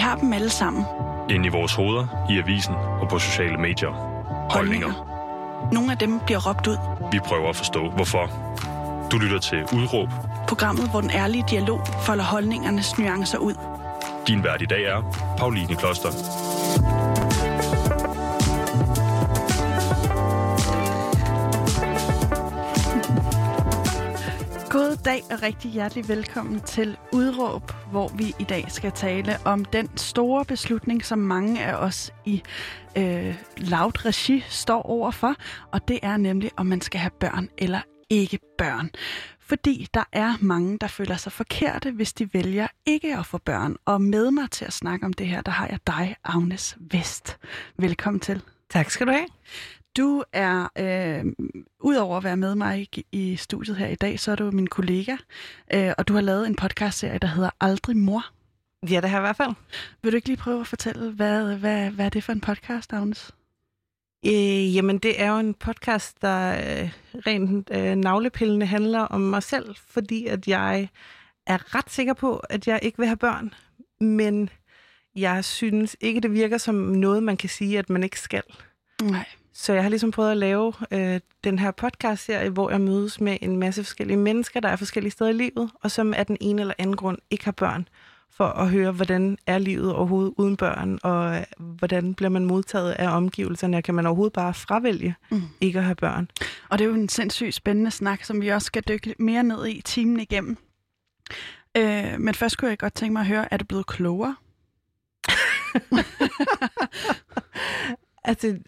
har dem alle sammen. Inde i vores hoveder, i avisen og på sociale medier. Holdninger. Nogle af dem bliver råbt ud. Vi prøver at forstå, hvorfor. Du lytter til Udråb. Programmet, hvor den ærlige dialog folder holdningernes nuancer ud. Din vært i dag er Pauline Kloster. God dag og rigtig hjertelig velkommen til Udråb, hvor vi i dag skal tale om den store beslutning, som mange af os i loud regi står overfor, og det er nemlig, om man skal have børn eller ikke børn. Fordi der er mange, der føler sig forkerte, hvis de vælger ikke at få børn. Og med mig til at snakke om det her, der har jeg dig, Agnes Vest. Velkommen til. Tak skal du have. Du er, udover at være med mig i studiet her i dag, så er du min kollega, og du har lavet en podcastserie, der hedder Aldrig Mor. Ja, det har jeg i hvert fald. Vil du ikke lige prøve at fortælle, hvad er det for en podcast, Agnes? Jamen, det er jo en podcast, der rent navlepillende handler om mig selv, fordi at jeg er ret sikker på, at jeg ikke vil have børn, men jeg synes ikke, det virker som noget, man kan sige, at man ikke skal. Nej. Så jeg har ligesom prøvet at lave den her podcast-serie, hvor jeg mødes med en masse forskellige mennesker, der er forskellige steder i livet, og som af den ene eller anden grund ikke har børn, for at høre, hvordan er livet overhovedet uden børn, og hvordan bliver man modtaget af omgivelserne, og kan man overhovedet bare fravælge ikke at have børn. Og det er jo en sindssygt spændende snak, som vi også skal dykke mere ned i timen igennem. Men først kunne jeg godt tænke mig at høre, er du blevet klogere? Altså,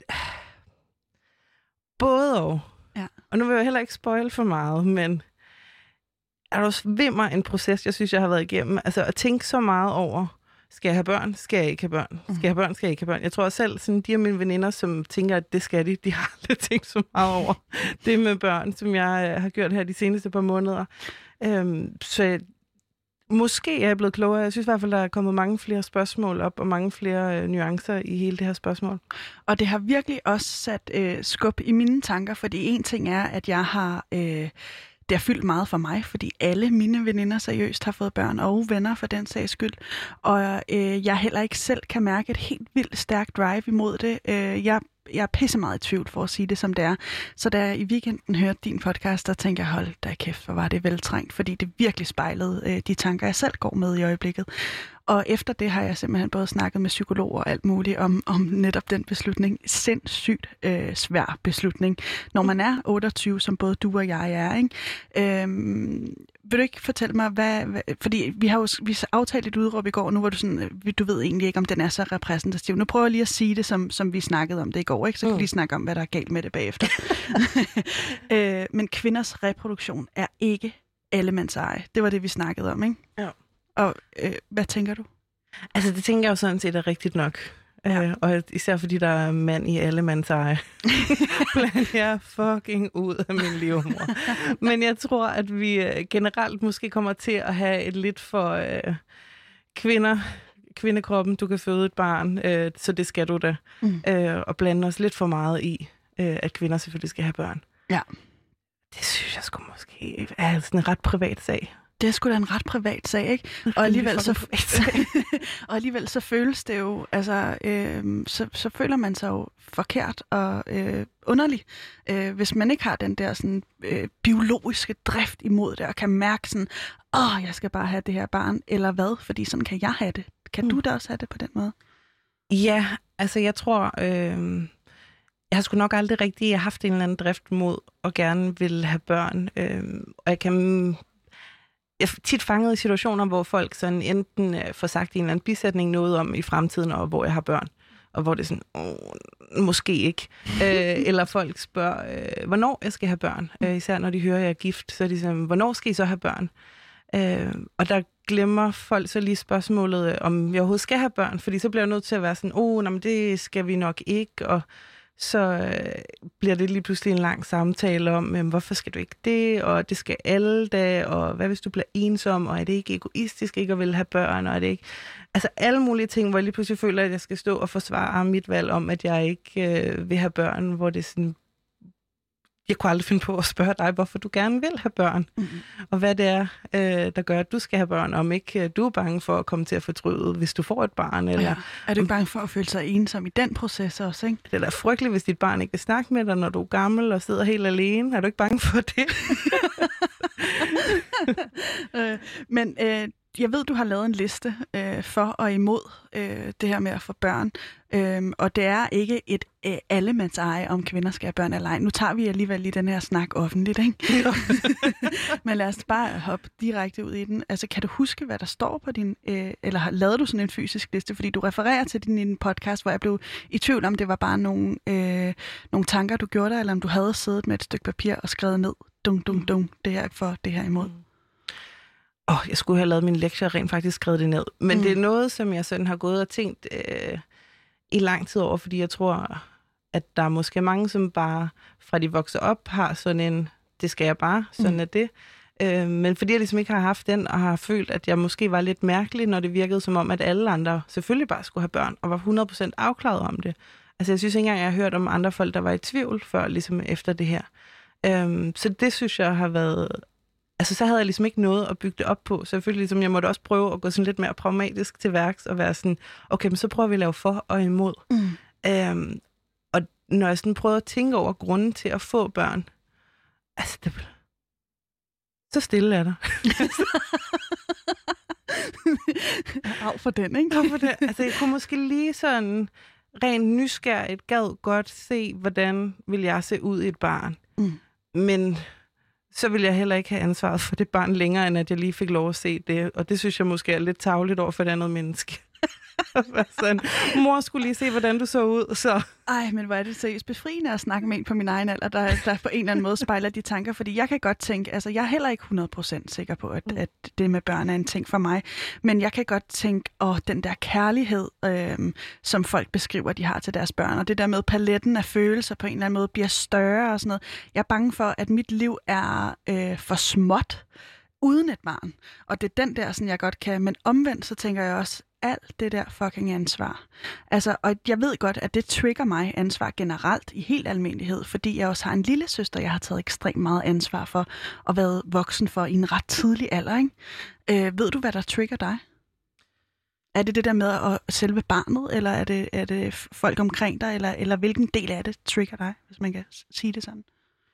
både og. Ja. Og nu vil jeg heller ikke spoil for meget, men er der svimmer en proces, jeg synes, jeg har været igennem. Altså at tænke så meget over, skal jeg have børn? Skal jeg ikke have børn? Skal jeg have børn? Skal jeg ikke have børn? Jeg tror selv, sådan de af mine veninder, som tænker, at det skal de har aldrig tænkt så meget over det med børn, som jeg har gjort her de seneste par måneder. Så måske er jeg blevet klogere. Jeg synes i hvert fald, der er kommet mange flere spørgsmål op, og mange flere nuancer i hele det her spørgsmål. Og det har virkelig også sat skub i mine tanker, fordi en ting er, at jeg har... Det har fyldt meget for mig, fordi alle mine veninder seriøst har fået børn, og venner for den sags skyld. Og jeg heller ikke selv kan mærke et helt vildt stærkt drive imod det. Jeg er pisse meget i tvivl for at sige det, som det er. Så da jeg i weekenden hørte din podcast, der tænkte jeg, hold da kæft, hvor var det veltrængt, fordi det virkelig spejlede de tanker, jeg selv går med i øjeblikket. Og efter det har jeg simpelthen både snakket med psykologer og alt muligt om netop den beslutning. Sindssygt svær beslutning, når man er 28, som både du og jeg er, ikke? Vil du ikke fortælle mig, fordi vi har aftalt et udråb i går, og nu var du sådan, du ved egentlig ikke, om den er så repræsentativ. Nu prøver jeg lige at sige det, som vi snakkede om det i går, ikke? Så kan vi lige snakke om, hvad der er galt med det bagefter. Men kvinders reproduktion er ikke allemands eje. Det var det, vi snakkede om, ikke? Ja. Og hvad tænker du? Altså, det tænker jeg jo sådan set er rigtigt nok. Ja. Og især fordi der er mand i alle mands eje. Blandt jeg fucking ud af min livmor. Men jeg tror, at vi generelt måske kommer til at have et lidt for kvindekroppen. Du kan føde et barn, så det skal du da. Og blande os lidt for meget i, at kvinder selvfølgelig skal have børn. Ja. Det synes jeg sgu måske er sådan en ret privat sag. Det er sgu da en ret privat sag, ikke? Og alligevel så føles det jo, altså, så føler man sig jo forkert og underlig, hvis man ikke har den der sådan biologiske drift imod det, og kan mærke sådan, jeg skal bare have det her barn, eller hvad? Fordi sådan kan jeg have det. Kan du da også have det på den måde? Ja, altså jeg tror, jeg har sgu nok aldrig rigtig haft en eller anden drift mod at gerne vil have børn, og jeg er tit fanget i situationer, hvor folk sådan enten får sagt i en eller anden bisætning noget om i fremtiden, og hvor jeg har børn, og hvor det er sådan, måske ikke. Eller folk spørger, hvornår jeg skal have børn. Især når de hører, at jeg er gift, så er de sådan, hvornår skal I så have børn? Og der glemmer folk så lige spørgsmålet, om jeg overhovedet skal have børn, fordi så bliver jeg nødt til at være sådan, men det skal vi nok ikke, og så bliver det lige pludselig en lang samtale om, hvorfor skal du ikke det, og det skal alle da, og hvad hvis du bliver ensom, og er det ikke egoistisk ikke at ville have børn, og er det ikke... Altså alle mulige ting, hvor jeg lige pludselig føler, at jeg skal stå og forsvare mit valg om, at jeg ikke vil have børn, hvor det sådan... jeg kunne aldrig finde på at spørge dig, hvorfor du gerne vil have børn, og hvad det er, der gør, at du skal have børn, om ikke du er bange for at komme til at fortryde, hvis du får et barn. Eller, er du ikke bange for at føle sig ensom i den proces også, ikke? Det er da frygteligt, hvis dit barn ikke vil snakke med dig, når du er gammel og sidder helt alene. Er du ikke bange for det? Men jeg ved, du har lavet en liste for og imod det her med at få børn. Og det er ikke et allemands eje, om kvinder skal have børn eller ej. Nu tager vi alligevel lige den her snak offentligt, ikke? Men lad os bare hoppe direkte ud i den. Altså, kan du huske, hvad der står på din... eller lavede du sådan en fysisk liste? Fordi du refererer til din podcast, hvor jeg blev i tvivl om, det var bare nogle tanker, du gjorde dig, eller om du havde siddet med et stykke papir og skrevet ned, det her for, det her imod. Jeg skulle have lavet min lektie og rent faktisk skrevet det ned. Men det er noget, som jeg sådan har gået og tænkt i lang tid over, fordi jeg tror, at der er måske mange, som bare fra de vokser op, har sådan en, det skal jeg bare, sådan er det. Men fordi jeg ligesom ikke har haft den, og har følt, at jeg måske var lidt mærkelig, når det virkede som om, at alle andre selvfølgelig bare skulle have børn, og var 100% afklaret om det. Altså jeg synes ikke engang, jeg har hørt om andre folk, der var i tvivl før, ligesom efter det her. Så det synes jeg har været... Altså, så havde jeg ligesom ikke noget at bygge det op på. Så selvfølgelig, ligesom, jeg måtte også prøve at gå sådan lidt mere pragmatisk til værks, og være sådan, okay, men så prøver vi at lave for og imod. Og når jeg sådan prøvede at tænke over grunden til at få børn, altså, så stille er der. Af for den, ikke? Af for det. Altså, jeg kunne måske lige sådan rent nysgerrigt gad godt se, hvordan vil jeg se ud i et barn. Men... så vil jeg heller ikke have ansvaret for det barn længere, end at jeg lige fik lov at se det. Og det synes jeg måske er lidt tarveligt over for et andet menneske. Sådan, mor skulle lige se, hvordan du så ud. Så. Ej, men hvor er det seriøst befriende at snakke med en på min egen alder, der på en eller anden måde spejler de tanker. Fordi jeg kan godt tænke, altså jeg er heller ikke 100% sikker på, at det med børn er en ting for mig. Men jeg kan godt tænke, den der kærlighed, som folk beskriver, de har til deres børn. Og det der med paletten af følelser på en eller anden måde bliver større og sådan noget. Jeg er bange for, at mit liv er for småt uden et barn. Og det er den der, sådan jeg godt kan. Men omvendt, så tænker jeg også, alt det der fucking ansvar. Altså, og jeg ved godt, at det trigger mig ansvar generelt i helt almindelighed, fordi jeg også har en lille søster, jeg har taget ekstremt meget ansvar for, og været voksen for i en ret tidlig alder, ikke? Ved du, hvad der trigger dig? Er det det der med at selve barnet, eller er det folk omkring dig, eller hvilken del af det trigger dig, hvis man kan sige det sådan?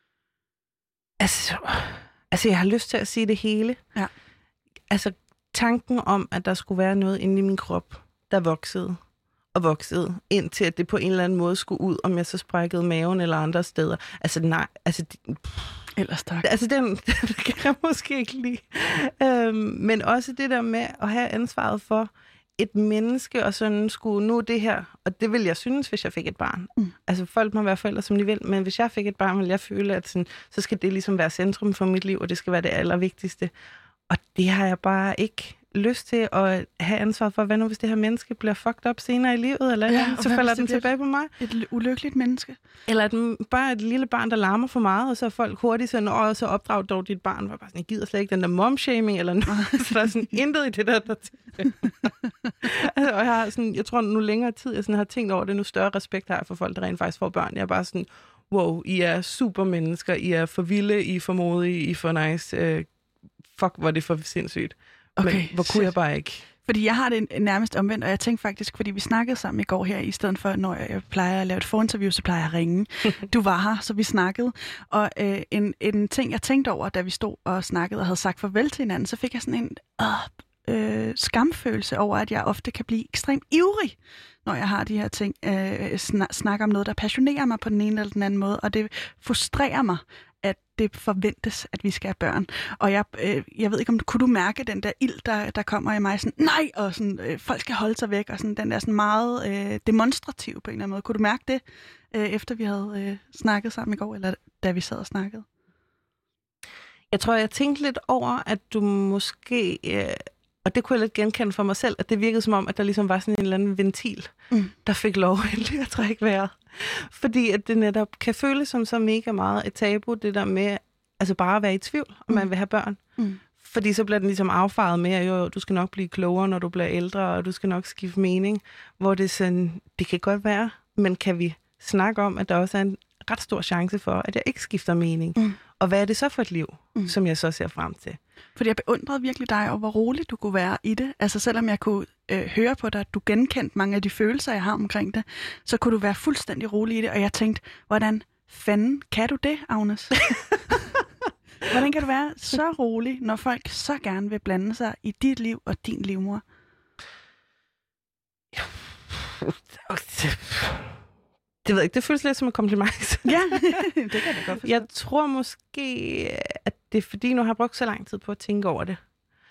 Altså jeg har lyst til at sige det hele. Ja. Altså, tanken om, at der skulle være noget inde i min krop, der voksede og voksede, indtil at det på en eller anden måde skulle ud, om jeg så sprækkede maven eller andre steder. Altså nej, altså... Ellers tak. Altså den kan jeg måske ikke lide. Men også det der med at have ansvaret for et menneske, og sådan skulle nu det her, og det vil jeg synes, hvis jeg fik et barn. Altså folk må være forældre, som de vil, men hvis jeg fik et barn, vil jeg føle, at sådan, så skal det ligesom være centrum for mit liv, og det skal være det allervigtigste. Og det har jeg bare ikke lyst til at have ansvar for. Hvad nu, hvis det her menneske bliver fucked up senere i livet, eller så falder den tilbage på mig? Et ulykkeligt menneske. Eller bare et lille barn, der larmer for meget, og så er folk hurtigt sådan, og så opdrag dog dit barn. Var bare sådan, jeg gider slet ikke den der mom-shaming, eller noget. Så der er sådan intet i det der altså, og jeg tror, nu længere tid, jeg sådan har tænkt over det, nu større respekt har jeg for folk, der rent faktisk får børn. Jeg er bare sådan, wow, I er super mennesker, I er for vilde, I er for modige, I er for nice. Fuck, hvor det for sindssygt. Okay, men hvor kunne jeg bare ikke? Fordi jeg har det nærmest omvendt, og jeg tænkte faktisk, fordi vi snakkede sammen i går her, i stedet for, når jeg plejer at lave et forinterview, så plejer jeg at ringe. Du var her, så vi snakkede. Og en ting, jeg tænkte over, da vi stod og snakkede og havde sagt farvel til hinanden, så fik jeg sådan en skamfølelse over, at jeg ofte kan blive ekstremt ivrig, når jeg har de her ting, snakker om noget, der passionerer mig på den ene eller den anden måde, og det frustrerer mig, at det forventes, at vi skal have børn. Og jeg ved ikke, om kunne du mærke den der ild, der kommer i mig, sådan nej, og sådan, folk skal holde sig væk, og sådan, den der sådan meget demonstrativ på en eller anden måde. Kunne du mærke det, efter vi havde snakket sammen i går, eller da vi sad og snakkede? Jeg tror, jeg tænkte lidt over, at du måske... og det kunne jeg lidt genkende for mig selv, at det virkede som om, at der ligesom var sådan en eller anden ventil, der fik lov endelig at trække vejret. Fordi at det netop kan føles som så mega meget et tabu, det der med altså bare at være i tvivl, om man vil have børn. Fordi så bliver den ligesom affaret med, at jo, du skal nok blive klogere, når du bliver ældre, og du skal nok skifte mening. Hvor det sådan, det kan godt være, men kan vi snakke om, at der også er en ret stor chance for, at jeg ikke skifter mening. Og hvad er det så for et liv, som jeg så ser frem til? Fordi jeg beundrede virkelig dig, og hvor rolig du kunne være i det. Altså selvom jeg kunne høre på dig, at du genkendte mange af de følelser, jeg har omkring det, så kunne du være fuldstændig rolig i det. Og jeg tænkte, hvordan fanden kan du det, Agnes? Hvordan kan du være så rolig, når folk så gerne vil blande sig i dit liv og din livmor? Det ved jeg ikke. Det føles lidt som et kompliment. Ja, det kan jeg godt forstå. Jeg tror måske, at det er fordi, nu har jeg brugt så lang tid på at tænke over det,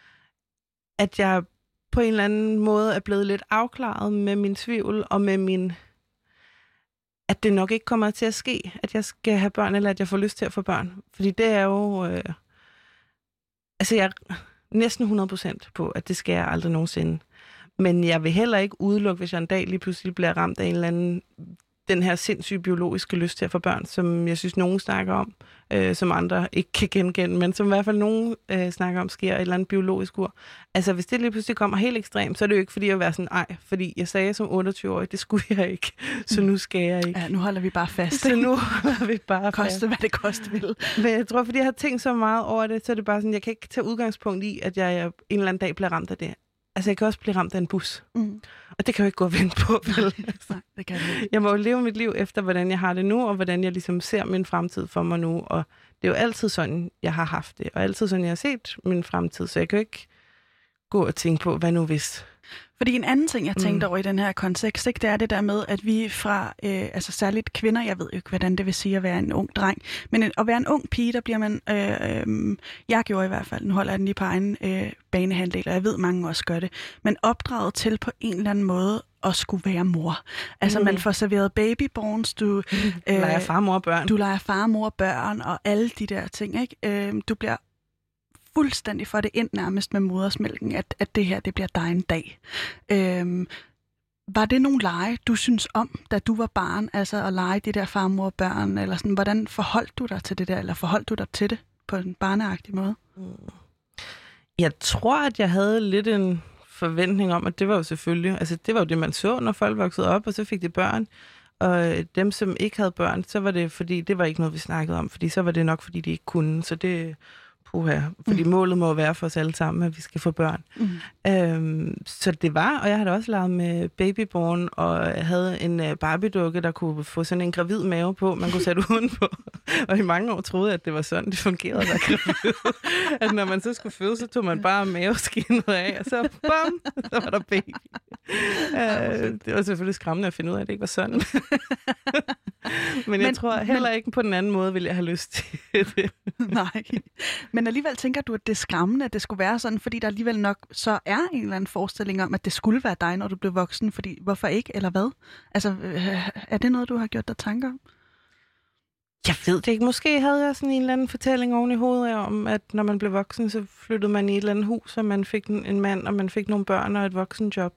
at jeg på en eller anden måde er blevet lidt afklaret med min tvivl og med min... at det nok ikke kommer til at ske, at jeg skal have børn, eller at jeg får lyst til at få børn. Fordi det er jo... altså, jeg er næsten 100% på, at det skal jeg aldrig nogensinde. Men jeg vil heller ikke udelukke, hvis jeg en dag lige pludselig bliver ramt af en eller anden... den her sindssyge biologiske lyst til at få børn, som jeg synes, nogen snakker om, som andre ikke kan genkende, men som i hvert fald nogen snakker om, sker et eller andet biologisk ur. Altså, hvis det lige pludselig kommer helt ekstremt, så er det jo ikke, fordi jeg vil være sådan, fordi jeg sagde som 28-årig, det skulle jeg ikke, så nu skal jeg ikke. Ja, nu holder vi bare fast. Så nu holder vi bare fast. Koste, hvad det koste vil. Men jeg tror, fordi jeg har tænkt så meget over det, så er det bare sådan, jeg kan ikke tage udgangspunkt i, at jeg en eller anden dag bliver ramt af det. Altså, jeg kan også blive ramt af en bus. Og det kan jeg jo ikke gå og vente på, vel? Nej, det kan jeg ikke. Jeg må jo leve mit liv efter, hvordan jeg har det nu, og hvordan jeg ligesom ser min fremtid for mig nu. Og det er jo altid sådan, jeg har haft det. Og altid sådan, jeg har set min fremtid. Så jeg kan jo ikke gå og tænke på, hvad nu hvis... Fordi en anden ting, jeg tænkte over i den her kontekst, ikke, det er det der med, at vi fra, altså særligt kvinder, jeg ved jo ikke, hvordan det vil sige at være en ung dreng, men at være en ung pige, der bliver man, jeg gjorde i hvert fald, nu holder jeg den lige på egen banehandel, og jeg ved, mange også gør det, men opdraget til på en eller anden måde at skulle være mor. Altså man får serveret babyborns, du leger far, mor og børn. Du leger far, mor og børn, og alle de der ting, ikke? Du bliver fuldstændig for det ind nærmest med modersmælken, at det her, det bliver dig en dag. Var det nogle lege, du synes om, da du var barn, altså at lege de der far, mor og børn, eller sådan, hvordan forholdt du dig til det der, eller forholdt du dig til det på en barneagtig måde? Jeg tror, at jeg havde lidt en forventning om, at det var jo selvfølgelig, altså det var jo det, man så, når folk voksede op, og så fik de børn. Og dem, som ikke havde børn, så var det, fordi det var ikke noget, vi snakkede om, fordi så var det nok, fordi de ikke kunne, så det... Fordi målet må være for os alle sammen, at vi skal få børn. Så det var, og jeg havde også leget med babyborn, og jeg havde en Barbie-dukke, der kunne få sådan en gravid mave på, man kunne sætte udenpå. Og i mange år troede jeg, at det var sådan, det fungerede at være gravid. At når man så skulle føde, så tog man bare maveskinnet af, og så bam, så var der baby. Det var selvfølgelig skræmmende at finde ud af, at det ikke var sådan. Men jeg tror heller ikke på den anden måde, ville jeg have lyst til det. Nej. Men alligevel tænker du, at det er skræmmende, at det skulle være sådan, fordi der alligevel nok så er en eller anden forestilling om, at det skulle være dig, når du blev voksen, fordi hvorfor ikke, eller hvad? Altså, er det noget, du har gjort dig tanker om? Jeg ved det ikke. Måske havde jeg sådan en eller anden fortælling oven i hovedet om, at når man blev voksen, så flyttede man i et eller andet hus, og man fik en mand, og man fik nogle børn og et voksenjob.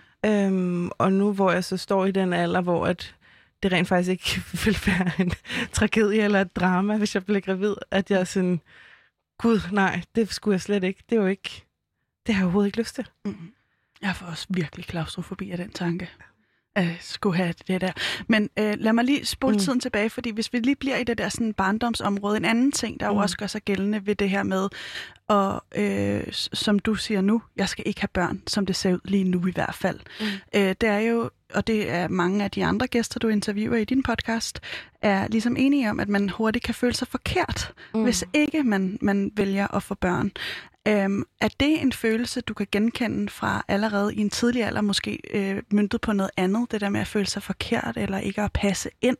Og nu, hvor jeg så står i den alder, hvor at det rent faktisk ikke vil være en tragedie eller et drama, hvis jeg bliver gravid, at jeg sådan, gud, nej, det skulle jeg slet ikke. Det er jo ikke, det har jeg overhovedet ikke lyst til. Jeg får også virkelig klaustrofobi af den tanke. Skulle have det der. Men lad mig lige spole tiden tilbage, fordi hvis vi lige bliver i det der sådan barndomsområde, en anden ting, der jo også gør sig gældende ved det her med, og som du siger nu, jeg skal ikke have børn, som det ser ud lige nu i hvert fald. Det er jo, og det er mange af de andre gæster, du interviewer i din podcast, er ligesom enige om, at man hurtigt kan føle sig forkert, hvis ikke man vælger at få børn. Er det en følelse, du kan genkende fra allerede i en tidlig alder, måske møntet på noget andet, det der med at føle sig forkert, eller ikke at passe ind?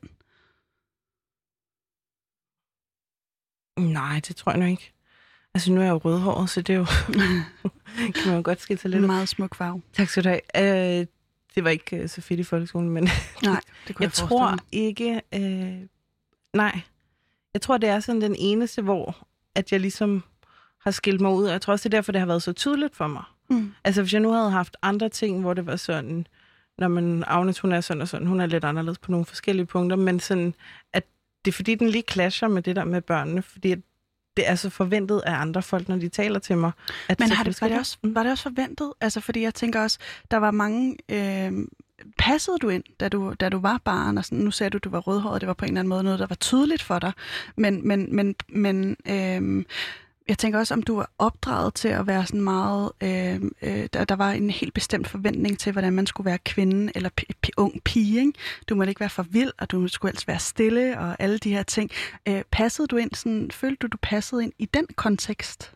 Nej, det tror jeg nok ikke. Altså, nu er jeg jo rødhåret, så det er jo... kan man jo godt skille sig lidt. En meget smuk farve. Tak skal du have. Det var ikke så fedt i folkeskolen, men... Nej, det kunne jeg tror ikke... nej. Jeg tror, det er sådan den eneste, hvor at jeg ligesom har skilt mig ud. Jeg tror også, det er derfor, det har været så tydeligt for mig. Altså, hvis jeg nu havde haft andre ting, hvor det var sådan... Når man Agnes, hun er sådan og sådan, hun er lidt anderledes på nogle forskellige punkter, men sådan, at det er fordi, den lige clasher med det der med børnene, fordi det er så forventet af andre folk, når de taler til mig. Men var det også forventet? Altså, fordi jeg tænker også, der var mange passede du ind, da du var barn? Og sådan, nu sagde du var rødhåret, det var på en eller anden måde noget, der var tydeligt for dig. Men jeg tænker også, om du var opdraget til at være sådan meget... der var en helt bestemt forventning til, hvordan man skulle være kvinde eller ung pige, ikke? Du måtte ikke være for vild, og du skulle helst være stille, og alle de her ting. Passede du ind sådan... Følte du passede ind i den kontekst?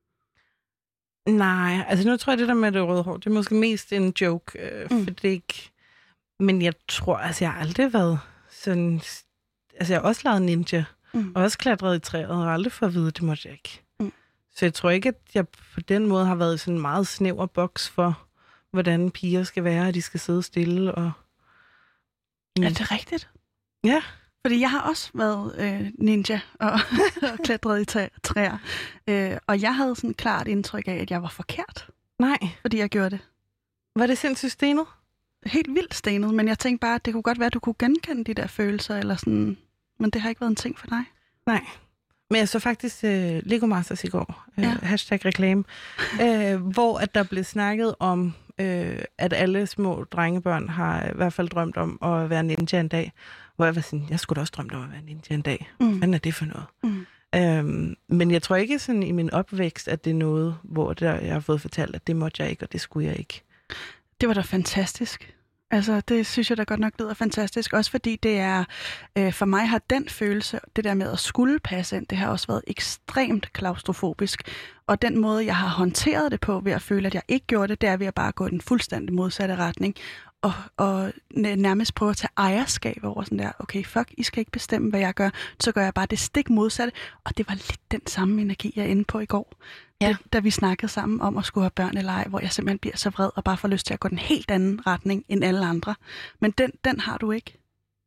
Nej, altså nu tror jeg, det der med det røde hår, det er måske mest en joke, for det ikke... Men jeg tror, altså jeg har aldrig været sådan... Altså jeg har også lavet ninja, og også klatret i træet, og aldrig fået at vide, det måtte jeg ikke. Så jeg tror ikke, at jeg på den måde har været sådan en meget snæver boks for, hvordan piger skal være, at de skal sidde stille. Og... Er det rigtigt? Ja. Fordi jeg har også været ninja og klatret i træer. Og jeg havde sådan klart indtryk af, at jeg var forkert. Nej. Fordi jeg gjorde det. Var det sindssygt stenet? Helt vildt stenet, men jeg tænkte bare, at det kunne godt være, at du kunne genkende de der følelser, eller sådan. Men det har ikke været en ting for dig. Nej. Men jeg så faktisk Lego Masters i går, #reklame, hvor at der blev snakket om, at alle små drengebørn har i hvert fald drømt om at være ninja en dag. Hvor jeg var sådan, jeg skulle da også drømme om at være ninja en dag. Hvad er det for noget? Men jeg tror ikke sådan i min opvækst, at det er noget, hvor jeg har fået fortalt, at det måtte jeg ikke, og det skulle jeg ikke. Det var da fantastisk. Altså, det synes jeg da godt nok lyder fantastisk. Også fordi det er, for mig har den følelse, det der med at skulle passe ind, det har også været ekstremt klaustrofobisk. Og den måde, jeg har håndteret det på ved at føle, at jeg ikke gjorde det, det er ved at bare gå i den fuldstændig modsatte retning. Og nærmest prøve at tage ejerskab over sådan der, okay, fuck, I skal ikke bestemme, hvad jeg gør. Så gør jeg bare det stik modsatte. Og det var lidt den samme energi, jeg endte på i går. Ja. Da vi snakkede sammen om at skulle have børn eller ej, hvor jeg simpelthen bliver så vred og bare får lyst til at gå den helt anden retning end alle andre. Men den har du ikke.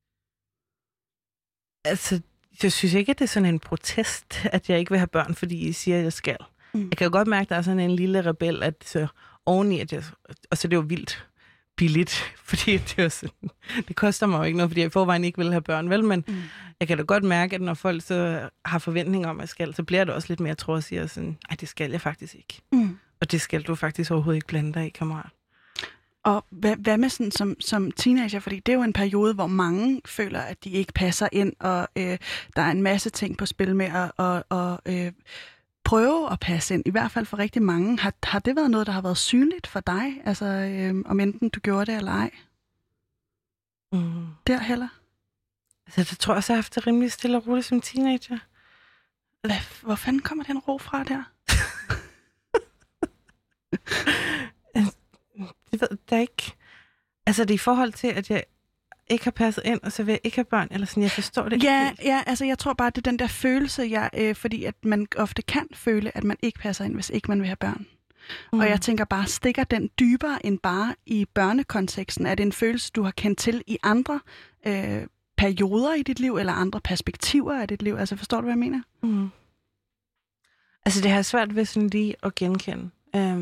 Altså, jeg synes ikke, at det er sådan en protest, at jeg ikke vil have børn, fordi I siger, at jeg skal. Jeg kan jo godt mærke, at der er sådan en lille rebel, at så oveni, at jeg... Og så det er jo vildt billigt, fordi det koster mig jo ikke noget, fordi jeg i forvejen ikke vil have børn, vel? Men jeg kan da godt mærke, at når folk så har forventninger om, at jeg skal, så bliver det også lidt mere, tror jeg, siger sådan, ej, det skal jeg faktisk ikke. Og det skal du faktisk overhovedet ikke blande dig i, kammerat. Og hvad med sådan som teenager? Fordi det er jo en periode, hvor mange føler, at de ikke passer ind, og der er en masse ting på spil med at prøve at passe ind. I hvert fald for rigtig mange. Har det været noget, der har været synligt for dig? Altså, om enten du gjorde det eller ej? Der heller? Altså, det tror jeg også, jeg har haft det rimelig stille og roligt som teenager. Hvor fanden kommer den ro fra der? Det ved jeg ikke. Altså, det er i forhold til, at jeg ikke har passet ind, og så vil jeg ikke have børn, eller sådan, jeg forstår det ja, ikke. Ja, altså jeg tror bare, det er den der følelse, fordi at man ofte kan føle, at man ikke passer ind, hvis ikke man vil have børn. Og jeg tænker bare, stikker den dybere end bare i børnekonteksten? Er det en følelse, du har kendt til i andre perioder i dit liv, eller andre perspektiver af dit liv? Altså forstår du, hvad jeg mener? Altså det har svært ved sådan lige at genkende.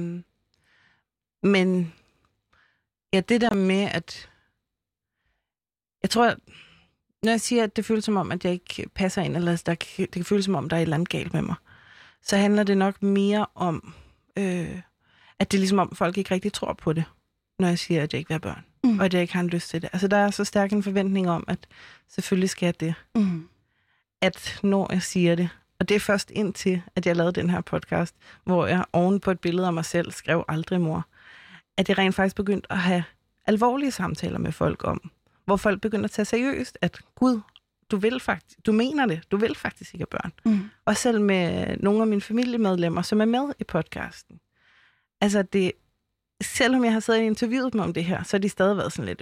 Men ja, det der med, at jeg tror, når jeg siger, at det føles som om, at jeg ikke passer ind, eller det kan føles som om, der er et eller andet galt med mig, så handler det nok mere om, at det er ligesom om, folk ikke rigtig tror på det, når jeg siger, at jeg ikke vil have børn, og at jeg ikke har en lyst til det. Altså, der er så stærk en forventning om, at selvfølgelig skal jeg det. At når jeg siger det, og det er først indtil, at jeg lavede den her podcast, hvor jeg oven på et billede af mig selv skrev aldrig mor, at jeg rent faktisk begyndte at have alvorlige samtaler med folk om, hvor folk begynder at tage seriøst, at Gud, du mener det, du vil faktisk ikke have børn. Og selv med nogle af mine familiemedlemmer, som er med i podcasten. Altså det, selvom jeg har siddet og interviewet dem om det her, så har de stadig været sådan lidt,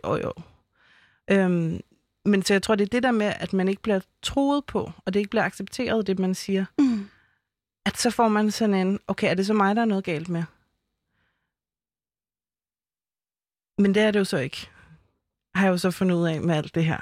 men så jeg tror, det er det der med, at man ikke bliver troet på, og det ikke bliver accepteret, det man siger. At så får man sådan en, okay, er det så mig, der er noget galt med? Men det er det jo så ikke. Har jeg jo så fundet ud af med alt det her.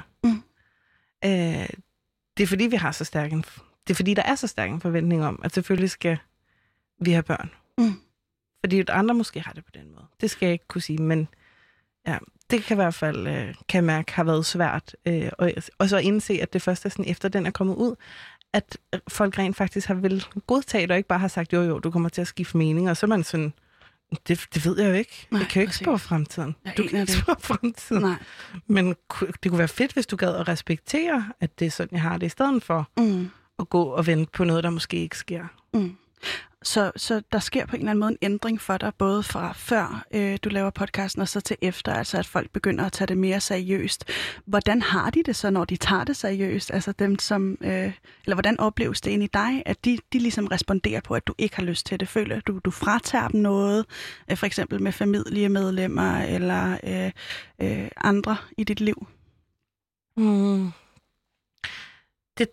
Det er fordi, vi har så stærk en... Det er fordi, der er så stærk en forventning om, at selvfølgelig skal vi have børn. Fordi andre måske har det på den måde. Det skal jeg ikke kunne sige, men ja, det kan i hvert fald, kan jeg mærke, har været svært. Og så indse, at det først er sådan, efter den er kommet ud, at folk rent faktisk har vel godtaget, og ikke bare har sagt, jo, du kommer til at skifte mening, og så er man sådan, Det ved jeg jo ikke. Nej, jeg kan jo ikke spå fremtiden. Du kan ikke spå fremtiden. Nej. Men det kunne være fedt, hvis du gad at respektere, at det er sådan, jeg har det, i stedet for at gå og vente på noget, der måske ikke sker. Mm. Så der sker på en eller anden måde en ændring for dig, både fra før du laver podcasten, og så til efter, altså at folk begynder at tage det mere seriøst. Hvordan har de det så, når de tager det seriøst? Altså dem, som, eller hvordan opleves det ind i dig, at de ligesom responderer på, at du ikke har lyst til det? Føler du fratager dem noget, for eksempel med familiemedlemmer eller andre i dit liv? Det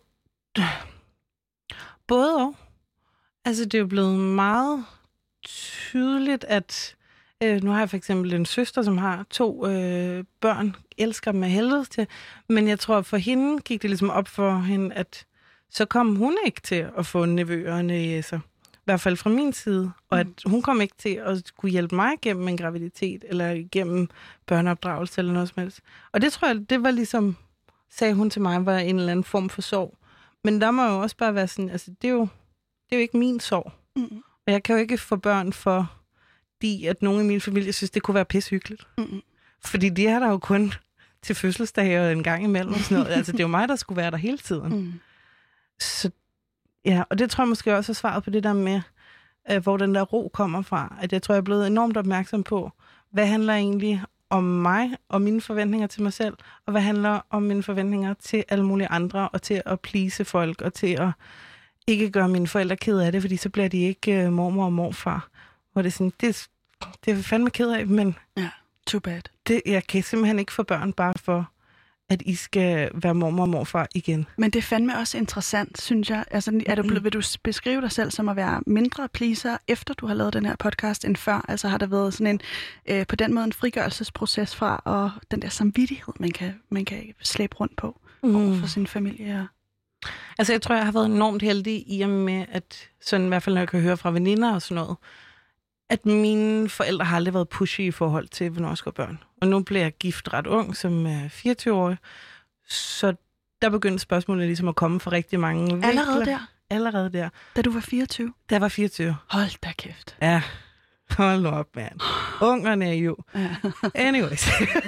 både og. Altså, det er jo blevet meget tydeligt, at nu har jeg for eksempel en søster, som har 2 børn, elsker dem af helvede til, men jeg tror, for hende gik det ligesom op for hende, at så kom hun ikke til at få nevøer og næser. I hvert fald fra min side. Og at hun kom ikke til at kunne hjælpe mig igennem en graviditet, eller igennem børneopdragelse, eller noget som helst. Og det tror jeg, det var ligesom, sagde hun til mig, var en eller anden form for sorg. Men der må jo også bare være sådan, altså det er jo ikke min sorg. Og jeg kan jo ikke få børn, fordi at nogen i min familie synes, det kunne være pishyggeligt. Fordi de er der jo kun til fødselsdage og en gang imellem og sådan noget. Altså det er jo mig, der skulle være der hele tiden. Så ja, og det tror jeg måske også er svaret på det der med, hvor den der ro kommer fra. At jeg tror, jeg er blevet enormt opmærksom på, hvad handler egentlig om mig og mine forventninger til mig selv, og hvad handler om mine forventninger til alle mulige andre, og til at please folk, og til at ikke gøre mine forældre ked af det, fordi så bliver de ikke mormor og morfar. Hvor det er sådan, det er fandme ked af, men ja, too bad. Jeg kan simpelthen ikke få børn bare for, at I skal være mormor og morfar igen. Men det er fandme også interessant, synes jeg. Altså, vil du beskrive dig selv som at være mindre pleaser, efter du har lavet den her podcast, end før? Altså har der været sådan en, på den måde en frigørelsesproces fra, og den der samvittighed, man kan slæbe rundt på over for sin familie? Altså, jeg tror, jeg har været enormt heldig i og med, at sådan i hvert fald, når jeg kan høre fra veninder og sådan noget, at mine forældre har aldrig været pushy i forhold til, hvornår jeg skal have børn. Og nu blev jeg gift ret ung, som 24-årig. Så der begyndte spørgsmålet ligesom at komme fra rigtig mange vinkler. Allerede der? Da du var 24? Da jeg var 24. Hold da kæft. Ja, hold nu op, mand. Ungerne er jo. Ja. Anyways.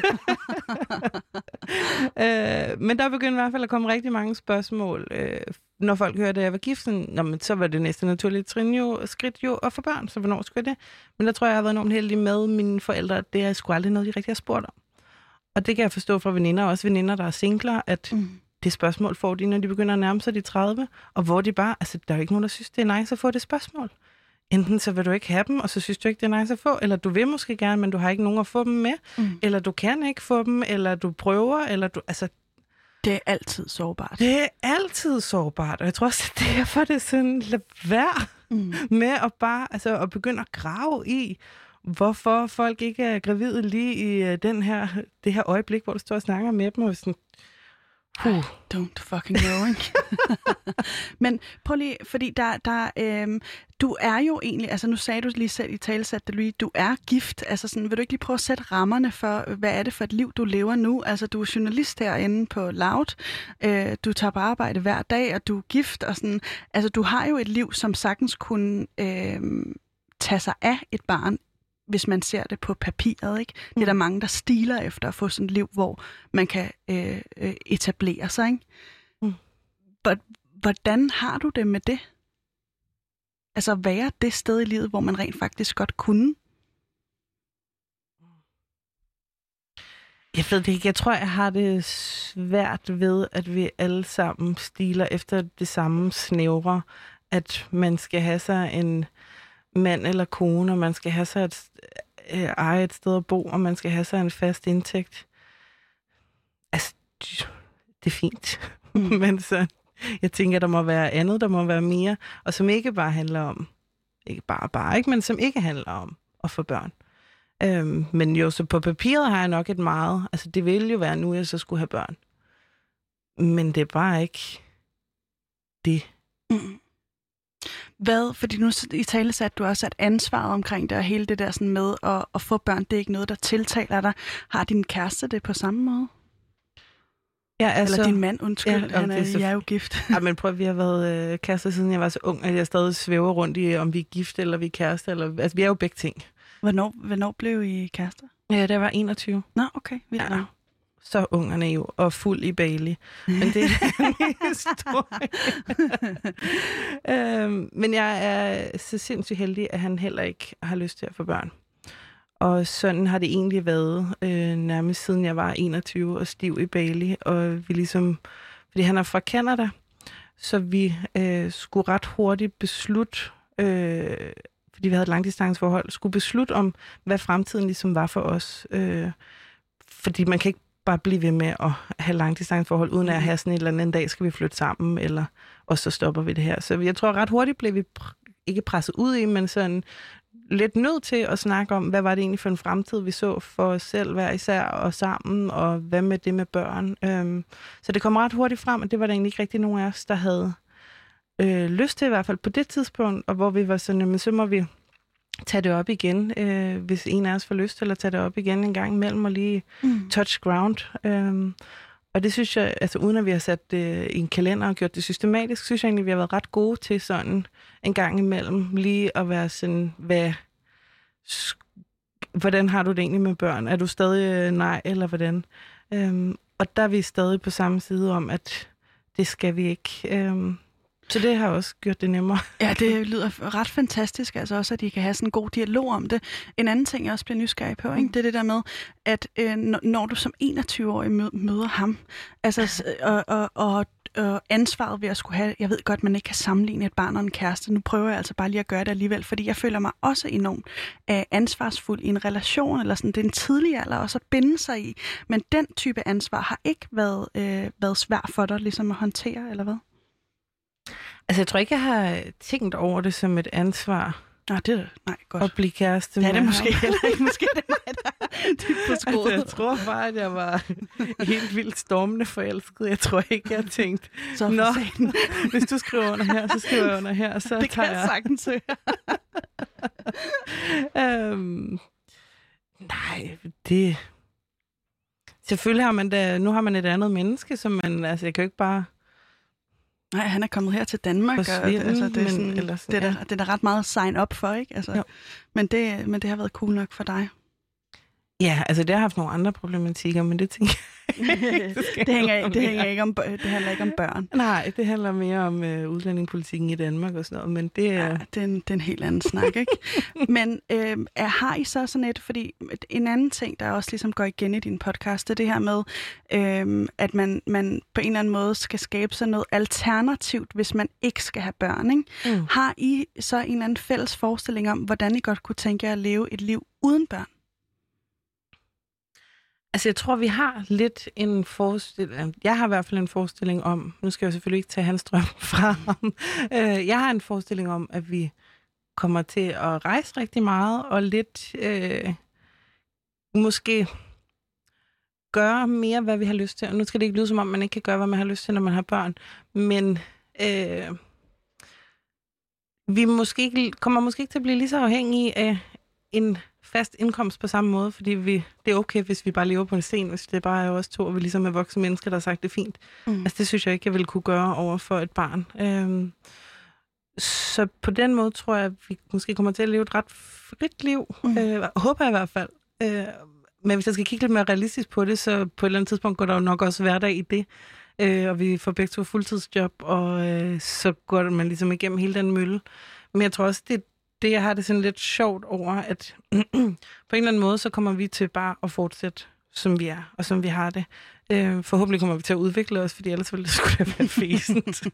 Men der begyndte i hvert fald at komme rigtig mange spørgsmål. Når folk hørte, at jeg var gift, så var det næste naturlige skridt at få børn. Så hvornår skulle jeg det? Men der tror jeg har været enormt heldig med mine forældre. Det er sgu aldrig noget, de rigtig har spurgt om. Og det kan jeg forstå fra veninder, også veninder, der er singler, at det spørgsmål får de, når de begynder at nærme sig de 30. Og hvor de bare, altså der er ikke nogen, der synes, det er nice at få det spørgsmål. Enten så vil du ikke have dem, og så synes du ikke, det er nice at få, eller du vil måske gerne, men du har ikke nogen at få dem med, eller du kan ikke få dem, eller du prøver, eller du, altså... Det er altid sårbart. Det er altid sårbart, og jeg tror også, det er derfor, det er sådan, lad være med at bare, altså at begynde at grave i, hvorfor folk ikke er gravide lige i det her øjeblik, hvor du står og snakker med dem, og sådan... Don't fucking know, ikke? Men prøv lige, fordi du er jo egentlig, altså nu sagde du lige selv i talesæt, du er gift, altså sådan, vil du ikke lige prøve at sætte rammerne for, hvad er det for et liv, du lever nu? Altså du er journalist herinde på Loud, du tager på arbejde hver dag, og du er gift, og sådan, altså du har jo et liv, som sagtens kunne tage sig af et barn, hvis man ser det på papiret, ikke? Det er der mange, der stiler efter at få sådan et liv, hvor man kan etablere sig, ikke? Hvordan har du det med det? Altså være det sted i livet, hvor man rent faktisk godt kunne? Jeg ved det ikke. Jeg tror, jeg har det svært ved, at vi alle sammen stiler efter det samme snævre, at man skal have sig en mand eller kone, og man skal have sig et sted at bo, og man skal have sig en fast indtægt. Altså, det er fint. Men så, jeg tænker, der må være andet, der må være mere, og som ikke bare handler om, ikke bare, ikke, men som ikke handler om at få børn. Men jo, så på papiret har jeg nok et meget, altså det ville jo være nu, jeg så skulle have børn. Men det er bare ikke det. Hvad? Fordi nu i tale satte du også, at ansvaret omkring det, og hele det der sådan med at få børn, det er ikke noget, der tiltaler dig. Har din kæreste det på samme måde? Ja, altså, eller din mand, undskyld, ja, jeg er jo gift. Ja, men prøv, vi har været kærester, siden jeg var så ung, at jeg stadig svæver rundt i, om vi er gift, eller vi er kærester, eller, altså vi er jo begge ting. Hvornår blev I kærester? Ja, det var 21. Nå, okay. Vildt. Ja. Så ungerne jo, og fuld i Bali. Men det er en historie. Men jeg er så sindssygt heldig, at han heller ikke har lyst til at få børn. Og sådan har det egentlig været nærmest siden jeg var 21 og stiv i Bali. Og vi ligesom, fordi han er fra Canada, så vi skulle ret hurtigt beslutte, fordi vi havde et langdistanceforhold, skulle beslutte om, hvad fremtiden ligesom var for os. Fordi man kan ikke bare blive ved med at have langdistanceforhold, uden at have sådan et eller andet, en dag skal vi flytte sammen, og så stopper vi det her. Så jeg tror, ret hurtigt blev vi ikke presset ud i, men sådan lidt nødt til at snakke om, hvad var det egentlig for en fremtid, vi så for os selv hver især og sammen, og hvad med det med børn. Så det kom ret hurtigt frem, og det var der egentlig ikke rigtig nogen af os, der havde lyst til, i hvert fald på det tidspunkt, og hvor vi var sådan, men så må vi tage det op igen, hvis en af os får lyst til at tage det op igen en gang imellem, og lige touch ground. Og det synes jeg, altså uden at vi har sat det i en kalender og gjort det systematisk, synes jeg egentlig, vi har været ret gode til sådan en gang imellem, lige at være sådan, hvordan har du det egentlig med børn? Er du stadig nej, eller hvordan? Og der er vi stadig på samme side om, at det skal vi ikke. Så det har også gjort det nemmere. Ja, det lyder ret fantastisk, altså også, at I kan have sådan en god dialog om det. En anden ting, jeg også bliver nysgerrig på, ikke? Det er det der med, at når du som 21-årig møder ham, altså, og ansvaret ved at skulle have, jeg ved godt, man ikke kan sammenligne et barn og en kæreste, nu prøver jeg altså bare lige at gøre det alligevel, fordi jeg føler mig også enormt ansvarsfuld i en relation, eller sådan, det er en tidlig alder også at binde sig i, men den type ansvar har ikke været svært for dig ligesom at håndtere, eller hvad? Altså, jeg tror ikke, jeg har tænkt over det som et ansvar. Nej, godt. At blive kæreste med ham. Det er det måske heller ikke. Måske det er mig, der er på skolen. Altså, jeg tror bare, at jeg var helt vildt stormende forelsket. Jeg tror ikke, jeg tænkte, hvis du skriver under her, så skriver jeg under her. Så det kan jeg sagtens høre. Nej, det... Selvfølgelig har man da... Nu har man et andet menneske, som man... Altså, jeg kan jo ikke bare... Nej, han er kommet her til Danmark, og altså, det er der ret meget sign up for, ikke? Altså, men det har været cool nok for dig. Ja, altså det har haft nogle andre problematikker, men det tænker jeg ikke. Det handler ikke om børn. Nej, det handler mere om udlændingepolitikken i Danmark og sådan noget, men det er... Ja, det er en helt anden snak, ikke? Men har I så sådan et, fordi en anden ting, der også ligesom går igen i din podcast, det er det her med, at man på en eller anden måde skal skabe sig noget alternativt, hvis man ikke skal have børn, ikke? Har I så en eller anden fælles forestilling om, hvordan I godt kunne tænke jer at leve et liv uden børn? Altså, jeg tror, vi har lidt en forestilling... Jeg har i hvert fald en forestilling om... Nu skal jeg selvfølgelig ikke tage hans drøm fra ham. Jeg har en forestilling om, at vi kommer til at rejse rigtig meget, og lidt måske gøre mere, hvad vi har lyst til. Og nu skal det ikke lyde, som om man ikke kan gøre, hvad man har lyst til, når man har børn. Men vi kommer måske ikke til at blive lige så afhængige af en fast indkomst på samme måde, fordi det er okay, hvis vi bare lever på en scene, hvis det bare er os to, og vi ligesom er voksne mennesker, der har sagt, det er fint. Altså, det synes jeg ikke, jeg ville kunne gøre over for et barn. Så på den måde tror jeg, at vi måske kommer til at leve et ret frit liv. Håber jeg i hvert fald. Men hvis jeg skal kigge lidt mere realistisk på det, så på et eller andet tidspunkt går der jo nok også hverdag i det. Og vi får begge to fuldtidsjob, og så går man ligesom igennem hele den mølle. Men jeg tror også, det jeg har det sådan lidt sjovt over, at på en eller anden måde, så kommer vi til bare at fortsætte, som vi er, og som vi har det. Forhåbentlig kommer vi til at udvikle os, fordi ellers ville det skulle da være fæsent.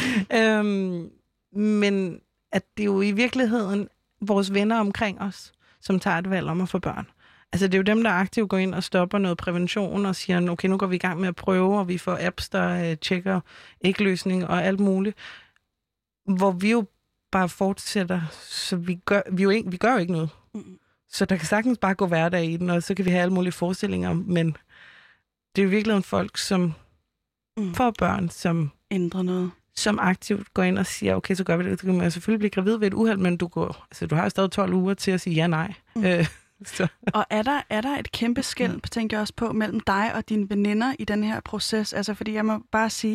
Men at det er jo i virkeligheden vores venner omkring os, som tager et valg om at få børn. Altså det er jo dem, der aktivt går ind og stopper noget prævention og siger, okay, nu går vi i gang med at prøve, og vi får apps, der tjekker ægløsning og alt muligt. Hvor vi jo bare fortsætter, så vi gør jo ikke noget. Så der kan sagtens bare gå hverdag i den, og så kan vi have alle mulige forestillinger, men det er jo virkelig folk, som får børn, som ændrer noget, som aktivt går ind og siger, okay, så gør vi det. Så kan man selvfølgelig blive gravid ved et uheld, men du har jo stadig 12 uger til at sige ja, nej. Så. Og er der et kæmpe skel, tænker jeg også på, mellem dig og dine veninder i den her proces? Altså, fordi jeg må bare sige,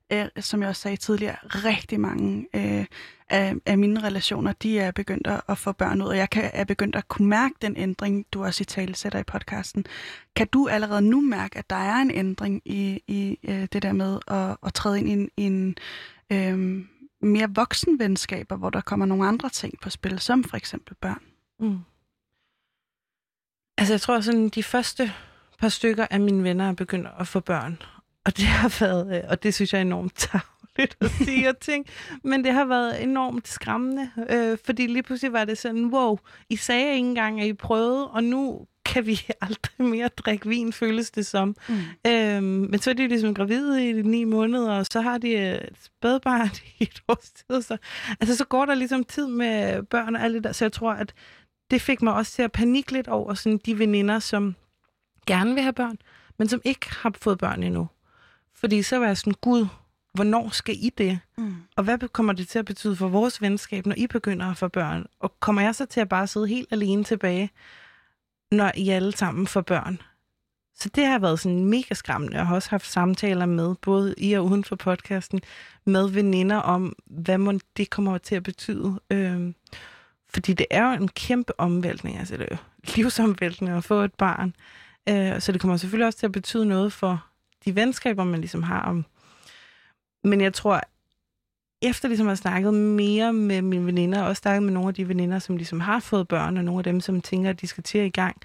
som jeg også sagde tidligere, rigtig mange af mine relationer, de er begyndt at få børn ud, og jeg er begyndt at kunne mærke den ændring, du også italesætter i podcasten. Kan du allerede nu mærke, at der er en ændring i det der med at træde ind i en mere voksenvenskaber, hvor der kommer nogle andre ting på spil, som for eksempel børn? Mm. Altså jeg tror sådan, de første par stykker af mine venner er begyndt at få børn. Og det har været, og det synes jeg er enormt tarveligt at sige og ting, men det har været enormt skræmmende, fordi lige pludselig var det sådan, wow, I sagde ikke engang, at I prøvede, og nu kan vi aldrig mere drikke vin, føles det som. Men så er de ligesom gravide i 9 måneder, og så har de et spædbarn i et års tid. Så går der ligesom tid med børn og alt det der, så jeg tror, at det fik mig også til at panikke lidt over sådan de veninder, som gerne vil have børn, men som ikke har fået børn endnu. Fordi så var jeg sådan, gud, hvornår skal I det? Og hvad kommer det til at betyde for vores venskab, når I begynder at få børn? Og kommer jeg så til at bare sidde helt alene tilbage, når I alle sammen får børn? Så det har været sådan mega skræmmende. Jeg har også haft samtaler med, både i og uden for podcasten, med veninder om, hvad det kommer til at betyde. Fordi det er jo en kæmpe omvæltning, altså det er jo livsomvæltning at få et barn. Så det kommer selvfølgelig også til at betyde noget for de venskaber, man ligesom har om. Men jeg tror, efter ligesom at have snakket mere med mine veninder, og også snakket med nogle af de veninder, som ligesom har fået børn, og nogle af dem, som tænker, at de skal til i gang,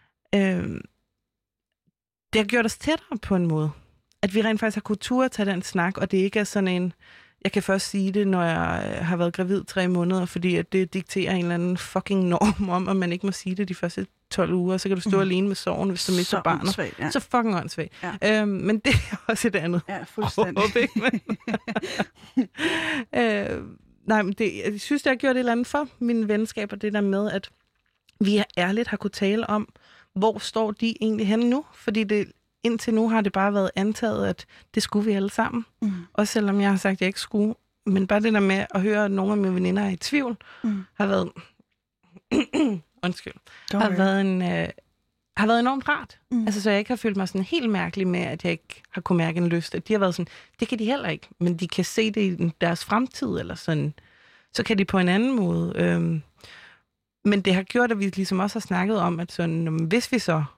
det har gjort os tættere på en måde. At vi rent faktisk har kultur at tage den snak, og det ikke er sådan en, jeg kan først sige det, når jeg har været gravid 3 måneder, fordi at det dikterer en eller anden fucking norm om, at man ikke må sige det de første 12 uger, så kan du stå alene med sorgen, hvis du mister barnet. Ja. Så fucking åndssvagt. Ja. Men det er også et andet. Ja, fuldstændig. Nej, men jeg synes, det har gjort et eller andet for mine venskaber, det der med, at vi ærligt har kunne tale om, hvor står de egentlig henne nu? Fordi indtil nu har det bare været antaget, at det skulle vi alle sammen. Også selvom jeg har sagt, at jeg ikke skulle. Men bare det der med at høre, at nogle af mine veninder er i tvivl, har været... har været enormt rart. Altså, så jeg ikke har følt mig sådan helt mærkelig med, at jeg ikke har kunnet mærke en lyst. At de har været sådan, det kan de heller ikke, men de kan se det i deres fremtid, eller sådan. Så kan de på en anden måde. Men det har gjort, at vi ligesom også har snakket om, at sådan, hvis vi så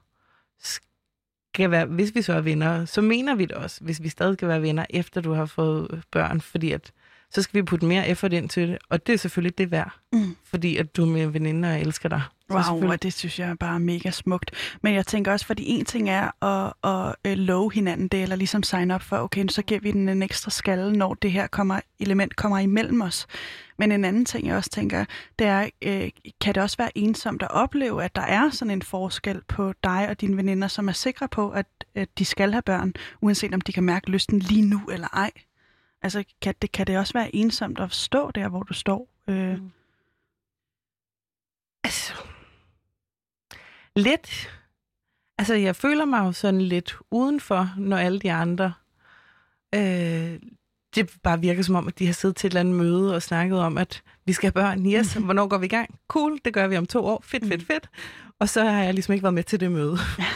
er venner, så mener vi det også, hvis vi stadig skal være venner, efter du har fået børn, fordi at så skal vi putte mere effort ind til det, og det er selvfølgelig det værd, fordi at du er med veninder og elsker dig. Wow, og det synes jeg er bare mega smukt. Men jeg tænker også, fordi en ting er at love hinanden det, eller ligesom sign up for, okay, så giver vi den en ekstra skalle, når det her element kommer imellem os. Men en anden ting, jeg også tænker, det er, kan det også være ensomt at opleve, at der er sådan en forskel på dig og dine veninder, som er sikre på, at de skal have børn, uanset om de kan mærke lysten lige nu eller ej? Altså, kan det også være ensomt at stå der, hvor du står? Altså, lidt. Altså, jeg føler mig jo sådan lidt udenfor, når alle de andre... det bare virker som om, at de har siddet til et eller andet møde og snakket om, at vi skal have børn. Yes, hvornår går vi i gang? Cool, det gør vi om 2 år. Fedt. Og så har jeg ligesom ikke været med til det møde.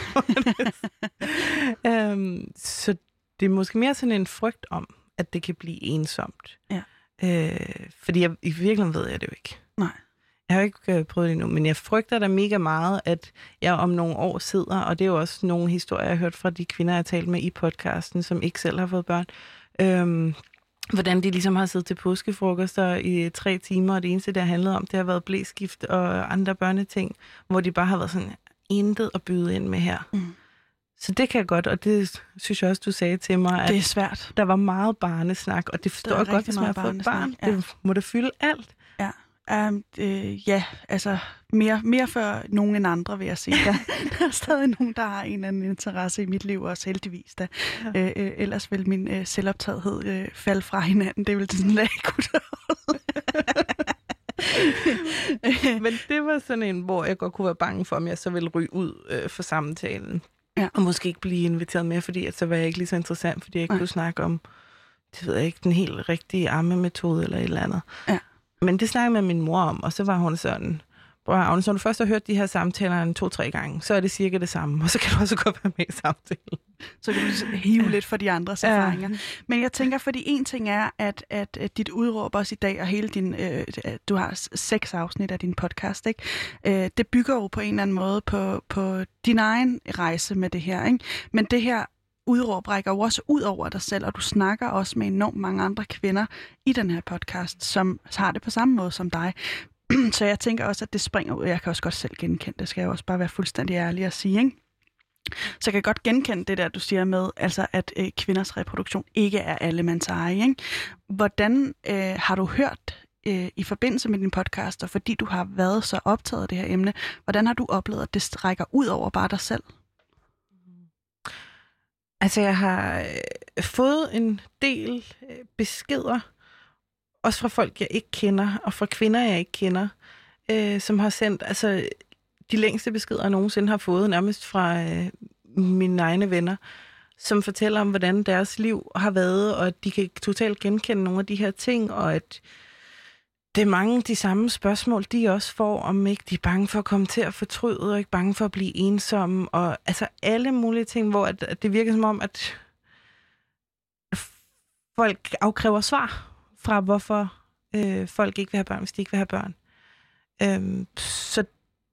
Så det er måske mere sådan en frygt om, at det kan blive ensomt. Ja. Fordi i virkeligheden ved jeg det jo ikke. Nej. Jeg har jo ikke prøvet det endnu, men jeg frygter da mega meget, at jeg om nogle år sidder, og det er jo også nogle historier, jeg har hørt fra de kvinder, jeg har talt med i podcasten, som ikke selv har fået børn. Hvordan de ligesom har siddet til påskefrokoster i 3 timer, og det eneste, der handlede om, det har været blæskift og andre børneting, hvor de bare har været sådan, intet at byde ind med her. Så det kan jeg godt, og det synes jeg også, du sagde til mig, at det er svært. Der var meget barnesnak, og det forstår jeg godt, hvis man har fået et barn. Ja. Det må det fylde alt. Ja. Ja, altså mere for nogen end andre, vil jeg sige. Der er stadig nogen, der har en eller anden interesse i mit liv, også heldigvis. Da. Ja. Ellers vil min selvoptagethed falde fra hinanden. Det vil sådan lag kunne. Men det var sådan en, hvor jeg godt kunne være bange for, om jeg så ville ryge ud for samtalen. Ja. Og måske ikke blive inviteret med, fordi at så var jeg ikke lige så interessant, fordi jeg ikke kunne snakke om, det ved jeg ikke, den helt rigtige ammemetode eller et eller andet. Ja. Men det snakkede med min mor om, og så var hun sådan, Agnes, når du først har hørt de her samtaler 2-3 gange, så er det cirka det samme, og så kan du også godt være med i samtalen. Så kan du hive lidt for de andres erfaringer. Men jeg tænker, fordi en ting er, at dit udråb også i dag, og hele din, du har 6 afsnit af din podcast, ikke? Det bygger jo på en eller anden måde på din egen rejse med det her, ikke? Men det her udråb rækker jo også ud over dig selv, og du snakker også med enormt mange andre kvinder i den her podcast, som har det på samme måde som dig. Så jeg tænker også, at det springer ud. Jeg kan også godt selv genkende det, skal jeg også bare være fuldstændig ærlig at sige, ikke? Så jeg kan godt genkende det der, du siger med, altså at kvinders reproduktion ikke er allemands eje, ikke? Hvordan har du hørt i forbindelse med din podcast, og fordi du har været så optaget af det her emne, hvordan har du oplevet, at det strækker ud over bare dig selv? Altså, jeg har fået en del beskeder, også fra folk, jeg ikke kender, og fra kvinder, jeg ikke kender, som har sendt, altså de længste beskeder, jeg nogensinde har fået, nærmest fra mine egne venner, som fortæller om, hvordan deres liv har været, og at de kan totalt genkende nogle af de her ting, og at det er mange de samme spørgsmål, de også får, om ikke de er bange for at komme til at fortryde, og ikke bange for at blive ensomme, og altså alle mulige ting, hvor at det virker som om, at folk afkræver svar fra, hvorfor folk ikke vil have børn, hvis de ikke vil have børn. Så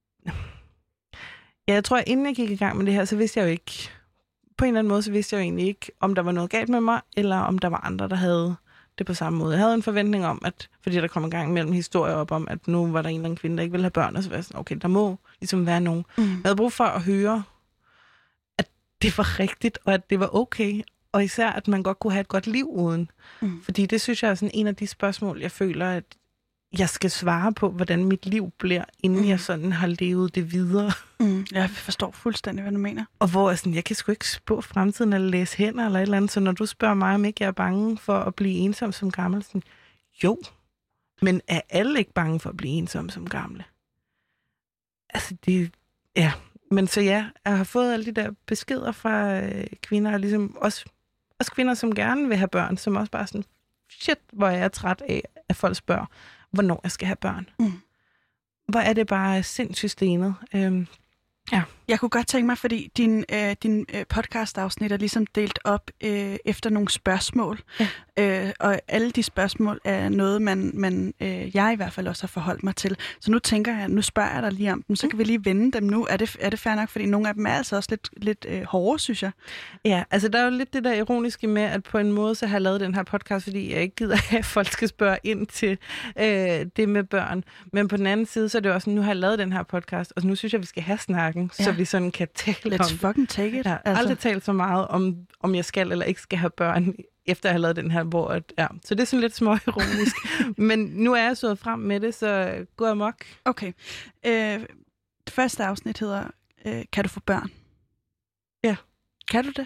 ja, jeg tror, at inden jeg gik i gang med det her, så vidste jeg jo ikke, på en eller anden måde, så vidste jeg jo egentlig ikke, om der var noget galt med mig, eller om der var andre, der havde det på samme måde. Jeg havde en forventning om, at fordi der kom en gang mellem historier op om, at nu var der en eller anden kvinde, der ikke ville have børn, og så var jeg sådan, okay, der må ligesom være nogen. Jeg havde brug for at høre, at det var rigtigt, og at det var okay, og især, at man godt kunne have et godt liv uden. Fordi det synes jeg er sådan en af de spørgsmål, jeg føler, at jeg skal svare på, hvordan mit liv bliver, inden jeg sådan har levet det videre. Jeg forstår fuldstændig, hvad du mener. Og hvor jeg sådan, jeg kan sgu ikke spå fremtiden eller læse hænder eller et eller andet, så når du spørger mig, om ikke jeg er bange for at blive ensom som gammel, sådan, jo, men er alle ikke bange for at blive ensom som gamle? Altså det, ja. Men så ja, jeg har fået alle de der beskeder fra kvinder, ligesom også kvinder, som gerne vil have børn, som også bare sådan, shit, hvor jeg er træt af, at folk spørger, hvornår jeg skal have børn. Hvor er det bare sindssygt stenet. Ja. Jeg kunne godt tænke mig, fordi din podcast-afsnit er ligesom delt op efter nogle spørgsmål. Ja. Og alle de spørgsmål er noget, jeg i hvert fald også har forholdt mig til. Så nu tænker jeg, nu spørger jeg dig lige om dem, så kan vi lige vende dem nu. Er det fair nok? Fordi nogle af dem er altså også lidt hårde, synes jeg. Ja, altså der er jo lidt det der ironiske med, at på en måde så har jeg lavet den her podcast, fordi jeg ikke gider have, at folk skal spørge ind til det med børn. Men på den anden side, så er det også, nu har jeg lavet den her podcast, og nu synes jeg, vi skal have snakken, så vi sådan kan tale Let's fucking take it. Jeg har aldrig talt så meget om jeg skal eller ikke skal have børn, efter jeg har lavet den her, hvor så det er sådan lidt småironisk. Men nu er jeg så frem med det, så gå amok. Okay. Det første afsnit hedder, kan du få børn? Ja. Kan du det?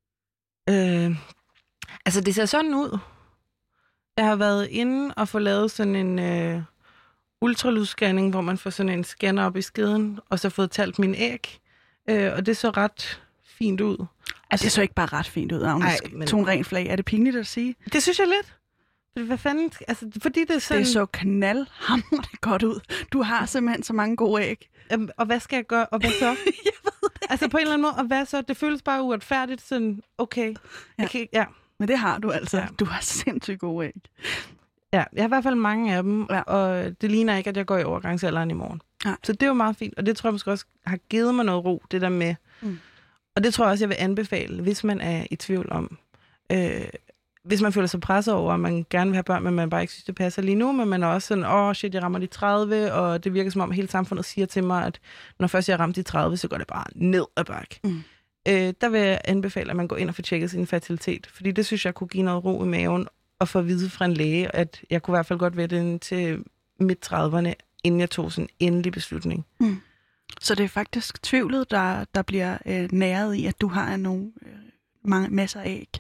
Altså, det ser sådan ud. Jeg har været inde og få lavet sådan en ultralydsscanning, hvor man får sådan en scanner op i skeden, og så fået talt min æg. Og det så ret fint ud. Altså, det så ikke bare ret fint ud, Agnes. Tone ren flag. Er det pinligt at sige? Det synes jeg lidt. Hvad fanden? Altså, fordi det er sådan... Det så knaldhamrende godt ud. Du har simpelthen så mange gode æg. Og hvad skal jeg gøre? Og hvad så? Jeg ved det. Altså, på en eller anden måde. Og hvad så? Det føles bare uretfærdigt. Sådan, okay. Ja. Men det har du altså. Ja. Du har sindssygt gode æg. Ja, jeg har i hvert fald mange af dem. Ja. Og det ligner ikke, at jeg går i overgangsalderen i morgen. Ja. Så det er jo meget fint. Og det tror jeg måske også har givet mig noget ro, det der med... Og det tror jeg også, jeg vil anbefale, hvis man er i tvivl om... hvis man føler sig presset over, at man gerne vil have børn, men man bare ikke synes, det passer lige nu, men man er også sådan, shit, jeg rammer de 30, og det virker som om, at hele samfundet siger til mig, at når først jeg rammer de 30, så går det bare ned ad bakke. Der vil jeg anbefale, at man går ind og får tjekket sin fertilitet, fordi det synes jeg kunne give noget ro i maven, og få at vide fra en læge, at jeg kunne i hvert fald godt være den til midt-30'erne, inden jeg tog sådan en endelig beslutning. Så det er faktisk tvivlet, der bliver næret i, at du har nogle masser af æg?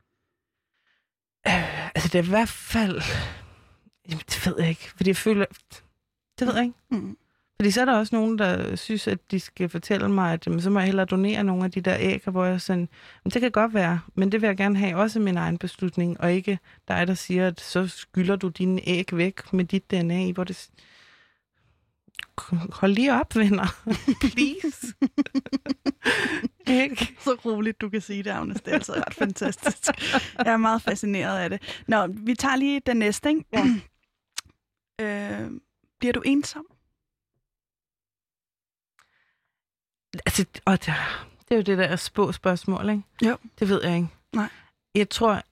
Altså det er i hvert fald... Jamen, det ved jeg ikke, fordi jeg føler... Det ved jeg ikke. Fordi så er der også nogen, der synes, at de skal fortælle mig, at jamen, så må jeg hellere donere nogle af de der æg, hvor jeg sådan... Men det kan godt være, men det vil jeg gerne have også min egen beslutning, og ikke dig, der siger, at så skylder du dine æg væk med dit DNA i, hvor det... hold lige op, venner. Please. Ikke? Så roligt, du kan sige det, Agnes. Det er altså ret fantastisk. Jeg er meget fascineret af det. Nå, vi tager lige den næste, ikke? Ja. Bliver du ensom? Altså, det er jo det der spørgsmål, ikke? Jo. Det ved jeg ikke. Nej. Jeg tror,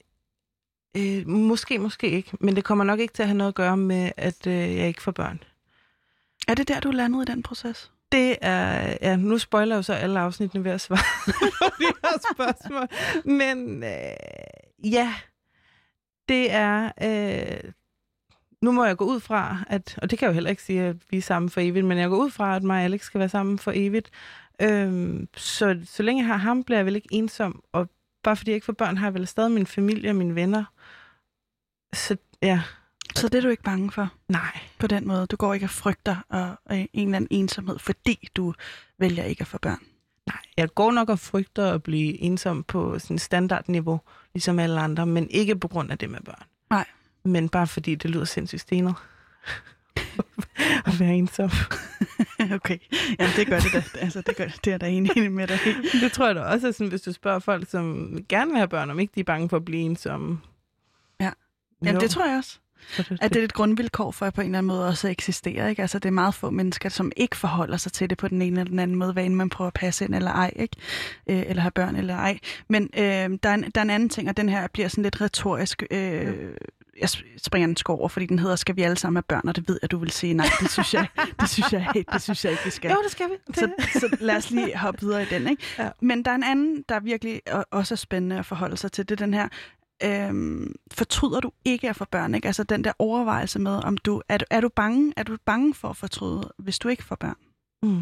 måske ikke, men det kommer nok ikke til at have noget at gøre med, at jeg ikke får børn. Er det der, du landede i den proces? Det er, ja, nu spoiler jeg jo så alle afsnittene ved at svare på de her spørgsmål. Men ja, det er, nu må jeg gå ud fra, og det kan jeg jo heller ikke sige, at vi er sammen for evigt, men jeg går ud fra, at mig og Alex skal være sammen for evigt. Så længe jeg har ham, bliver jeg vel ikke ensom, og bare fordi jeg ikke får børn, har jeg vel stadig min familie og mine venner. Så ja. Så det er du ikke bange for? Nej. På den måde? Du går ikke og frygter en eller anden ensomhed, fordi du vælger ikke at få børn? Nej, jeg går nok og frygter at blive ensom på sådan standardniveau, ligesom alle andre, men ikke på grund af det med børn. Nej. Men bare fordi det lyder sindssygt stenet at være ensom. Okay, jamen det gør det da. Altså, det er der enig med dig. Det tror jeg da også, sådan, hvis du spørger folk, som gerne vil have børn, om ikke de er bange for at blive ensomme. Ja, jamen, det tror jeg også. At det er et grundvilkår for at på en eller anden måde også eksistere, ikke? Altså det er meget få mennesker, som ikke forholder sig til det på den ene eller den anden måde, hvad end man prøver at passe ind eller ej, ikke? Eller have børn eller ej. Men der er en anden ting, og den her bliver sådan lidt retorisk. Jeg springer den skov over, fordi den hedder, skal vi alle sammen have børn? Og det ved jeg, du vil sige, nej, det synes jeg ikke, vi skal. Jo, det skal vi. Så lad os lige hoppe videre i den, ikke? Ja. Men der er en anden, der virkelig også er spændende at forholde sig til, det er den her, fortryder du ikke at få børn, ikke? Altså den der overvejelse med, om du er du bange for at fortryde, hvis du ikke får børn? Mm.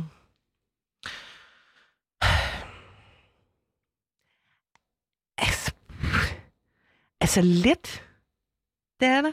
Altså lidt. Det er der.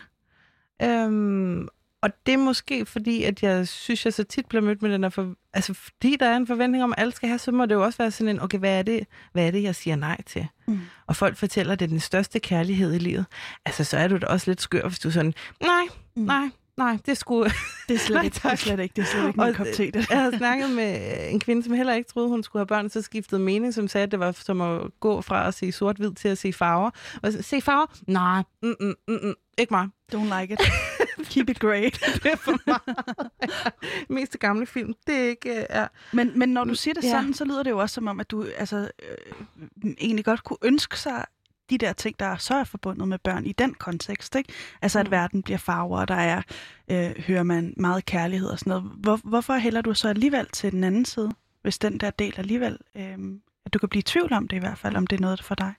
Og det er måske fordi, at jeg synes, jeg så tit bliver mødt med den der altså fordi der er en forventning om, at alle skal have, så må det jo også være sådan en, okay, hvad er det, jeg siger nej til? Mm. Og folk fortæller, at det er den største kærlighed i livet. Altså, så er du da også lidt skør, hvis du er sådan, nej, det skulle... Det er slet ikke min kop te. Jeg havde snakket med en kvinde, som heller ikke troede, hun skulle have børn, så skiftede mening, som sagde, at det var som at gå fra at se sort-hvid til at se farver. Og se farver? Nej, ikke mig. Don't like it. Keep it grey. Det er for mig. Mest gamle film, det er ikke... Ja. Men når du siger det sådan, så lyder det jo også som om, at du egentlig godt kunne ønske sig de der ting, der så er forbundet med børn i den kontekst, ikke? Altså, at verden bliver farver, og der er, hører man meget kærlighed og sådan noget. Hvorfor hælder du så alligevel til den anden side, hvis den der del alligevel, at du kan blive i tvivl om det i hvert fald, om det er noget for dig?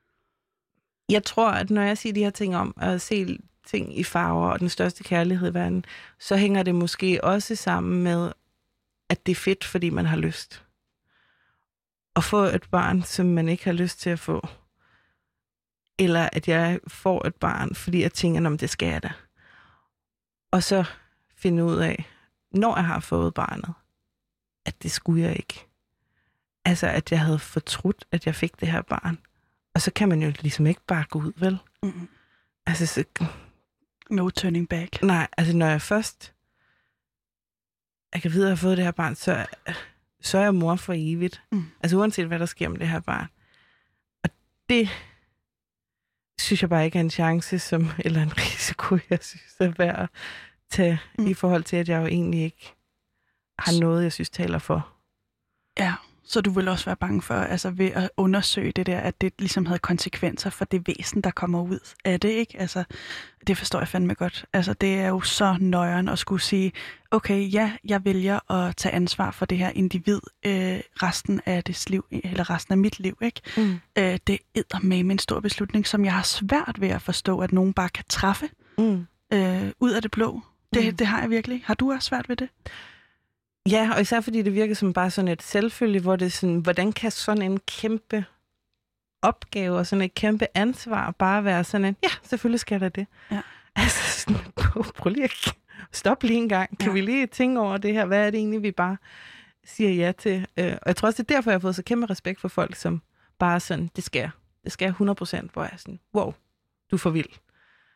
Jeg tror, at når jeg siger de her ting om at se ting i farver og den største kærlighed i verden, så hænger det måske også sammen med, at det er fedt, fordi man har lyst. At få et barn, som man ikke har lyst til at få. Eller at jeg får et barn, fordi jeg tænker, om det skal jeg da. Og så finde ud af, når jeg har fået barnet, at det skulle jeg ikke. Altså, at jeg havde fortrudt, at jeg fik det her barn. Og så kan man jo ligesom ikke bare gå ud, vel? Mm-hmm. Altså, så... No turning back. Nej, altså når jeg først... Jeg kan vide, at jeg har fået det her barn, så er jeg mor for evigt. Mm. Altså uanset hvad der sker med det her barn. Og det synes jeg bare ikke er en chance, eller en risiko, jeg synes er værd at tage, i forhold til, at jeg jo egentlig ikke har noget, jeg synes taler for. Ja, så du vil også være bange for, altså ved at undersøge det der, at det ligesom havde konsekvenser for det væsen, der kommer ud af det, ikke? Altså, det forstår jeg fandme godt. Altså, det er jo så nøjeren at skulle sige, okay, ja, jeg vælger at tage ansvar for det her individ resten af dets liv, eller resten af mit liv, ikke? Mm. Det er med en stor beslutning, som jeg har svært ved at forstå, at nogen bare kan træffe ud af det blå. Det har jeg virkelig. Har du også svært ved det? Ja, og især fordi det virker som bare sådan et selvfølge, hvor det er sådan, hvordan kan sådan en kæmpe opgave og sådan et kæmpe ansvar bare være sådan en, ja, selvfølgelig skal der det. Ja. Altså sådan, prøv lige at stoppe lige en gang. Kan vi lige tænke over det her? Hvad er det egentlig, vi bare siger ja til? Og jeg tror også, det er derfor, jeg har fået så kæmpe respekt for folk, som bare sådan, det skal jeg 100%, hvor jeg er sådan, wow, du er for vild.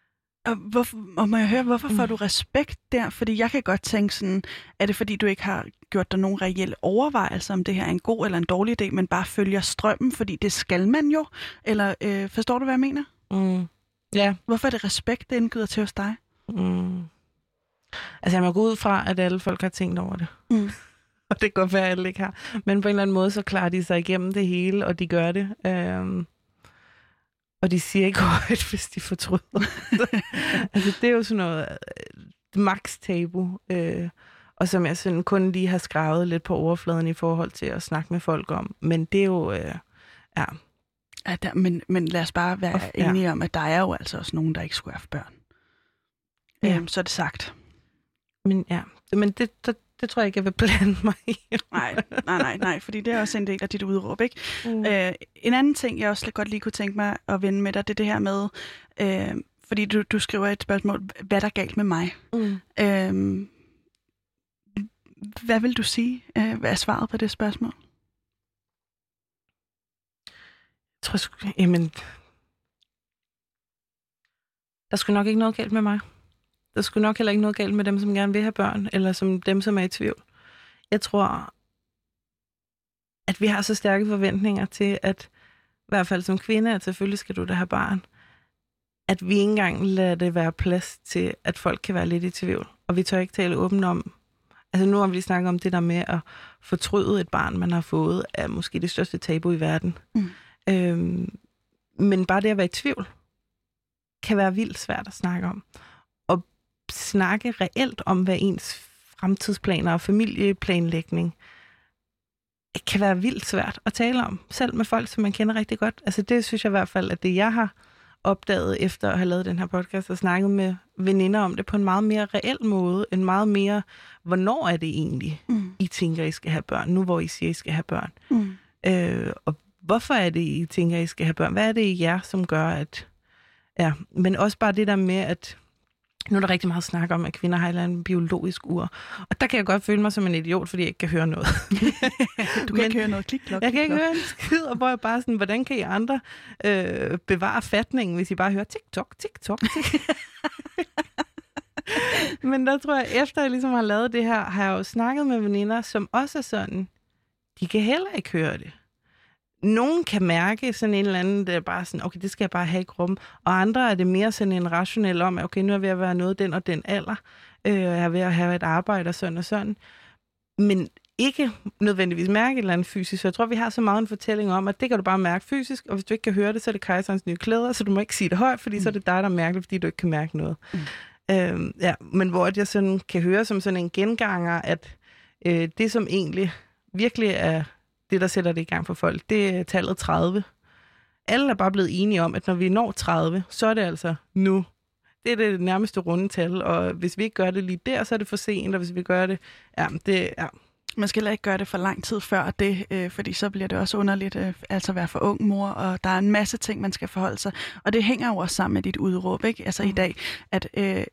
Og må jeg høre, hvorfor får du respekt der? Fordi jeg kan godt tænke sådan, er det fordi, du ikke har gjort dig nogen reelle overvejelser, om det her er en god eller en dårlig idé, men bare følger strømmen, fordi det skal man jo? Eller forstår du, hvad jeg mener? Ja. Hvorfor er det respekt, det indgyder til hos dig? Altså, jeg må gå ud fra, at alle folk har tænkt over det. Og det kan godt være, at alle ikke har. Men på en eller anden måde, så klarer de sig igennem det hele, og de gør det. Og de siger ikke højt, hvis de fortryder. Altså, det er jo sådan noget max tabu. Og som jeg sådan kun lige har skrevet lidt på overfladen i forhold til at snakke med folk om. Men det er jo, ja. Men lad os bare være enige om, at der er jo altså også nogen, der ikke skulle have børn. Så er det sagt. Men ja, men det tror jeg ikke, jeg vil blande mig i. Nej, fordi det er også en del af dit udråb, ikke? En anden ting, jeg også godt lige kunne tænke mig at vende med dig, det er det her med, fordi du skriver et spørgsmål, hvad der er galt med mig? Hvad vil du sige? Hvad er svaret på det spørgsmål? Jeg tror jamen, der skulle nok ikke noget galt med mig. Der skulle nok heller ikke noget galt med dem, som gerne vil have børn, eller som dem, som er i tvivl. Jeg tror, at vi har så stærke forventninger til, at i hvert fald som kvinde, at selvfølgelig skal du da have barn, at vi ikke engang lader det være plads til, at folk kan være lidt i tvivl. Og vi tør ikke tale åbent om, altså nu har vi lige snakket om det der med at fortryde et barn, man har fået, er måske det største tabu i verden. Men bare det at være i tvivl, kan være vildt svært at snakke om. Og snakke reelt om, hvad ens fremtidsplaner og familieplanlægning kan være vildt svært at tale om. Selv med folk, som man kender rigtig godt. Altså det synes jeg i hvert fald, at det jeg har opdaget efter at have lavet den her podcast og snakket med veninder om det på en meget mere reel måde, en meget mere, hvornår er det egentlig, I tænker, I skal have børn, nu hvor I siger, I skal have børn. Og hvorfor er det, I tænker, I skal have børn? Hvad er det i jer, som gør, at... Ja, men også bare det der med, at nu er der rigtig meget snak om, at kvinder har et eller andet biologisk ur. Og der kan jeg godt føle mig som en idiot, fordi jeg ikke kan høre noget. Du kan ikke høre noget klik-klok. Jeg kan ikke høre en skid, og hvor jeg bare sådan, hvordan kan I andre bevare fatningen, hvis I bare hører tik-tok, tik-tok, tik. Men der tror jeg, efter jeg ligesom har lavet det her, har jeg jo snakket med veninder, som også er sådan, de kan heller ikke høre det. Nogen kan mærke sådan en eller anden, der er bare sådan, okay, det skal jeg bare have i kroppen. Og andre er det mere sådan en rationel om, at okay, nu er jeg ved at være noget den og den alder. Jeg er ved at have et arbejde og sådan og sådan. Men ikke nødvendigvis mærke et eller andet fysisk. Så jeg tror, vi har så meget en fortælling om, at det kan du bare mærke fysisk, og hvis du ikke kan høre det, så er det kejserens nye klæder, så du må ikke sige det højt, fordi så er det dig, der mærker det, fordi du ikke kan mærke noget. Ja, men hvor jeg sådan kan høre som sådan en genganger, at det som egentlig virkelig er det, der sætter det i gang for folk, det er tallet 30. Alle er bare blevet enige om, at når vi når 30, så er det altså nu. Det er det nærmeste rundetal, og hvis vi ikke gør det lige der, så er det for sent, og hvis vi gør det, ja. Man skal heller ikke gøre det for lang tid før det, fordi så bliver det også underligt, altså at være for ung mor, og der er en masse ting, man skal forholde sig. Og det hænger jo også sammen med dit udråb, ikke? Altså i dag, at,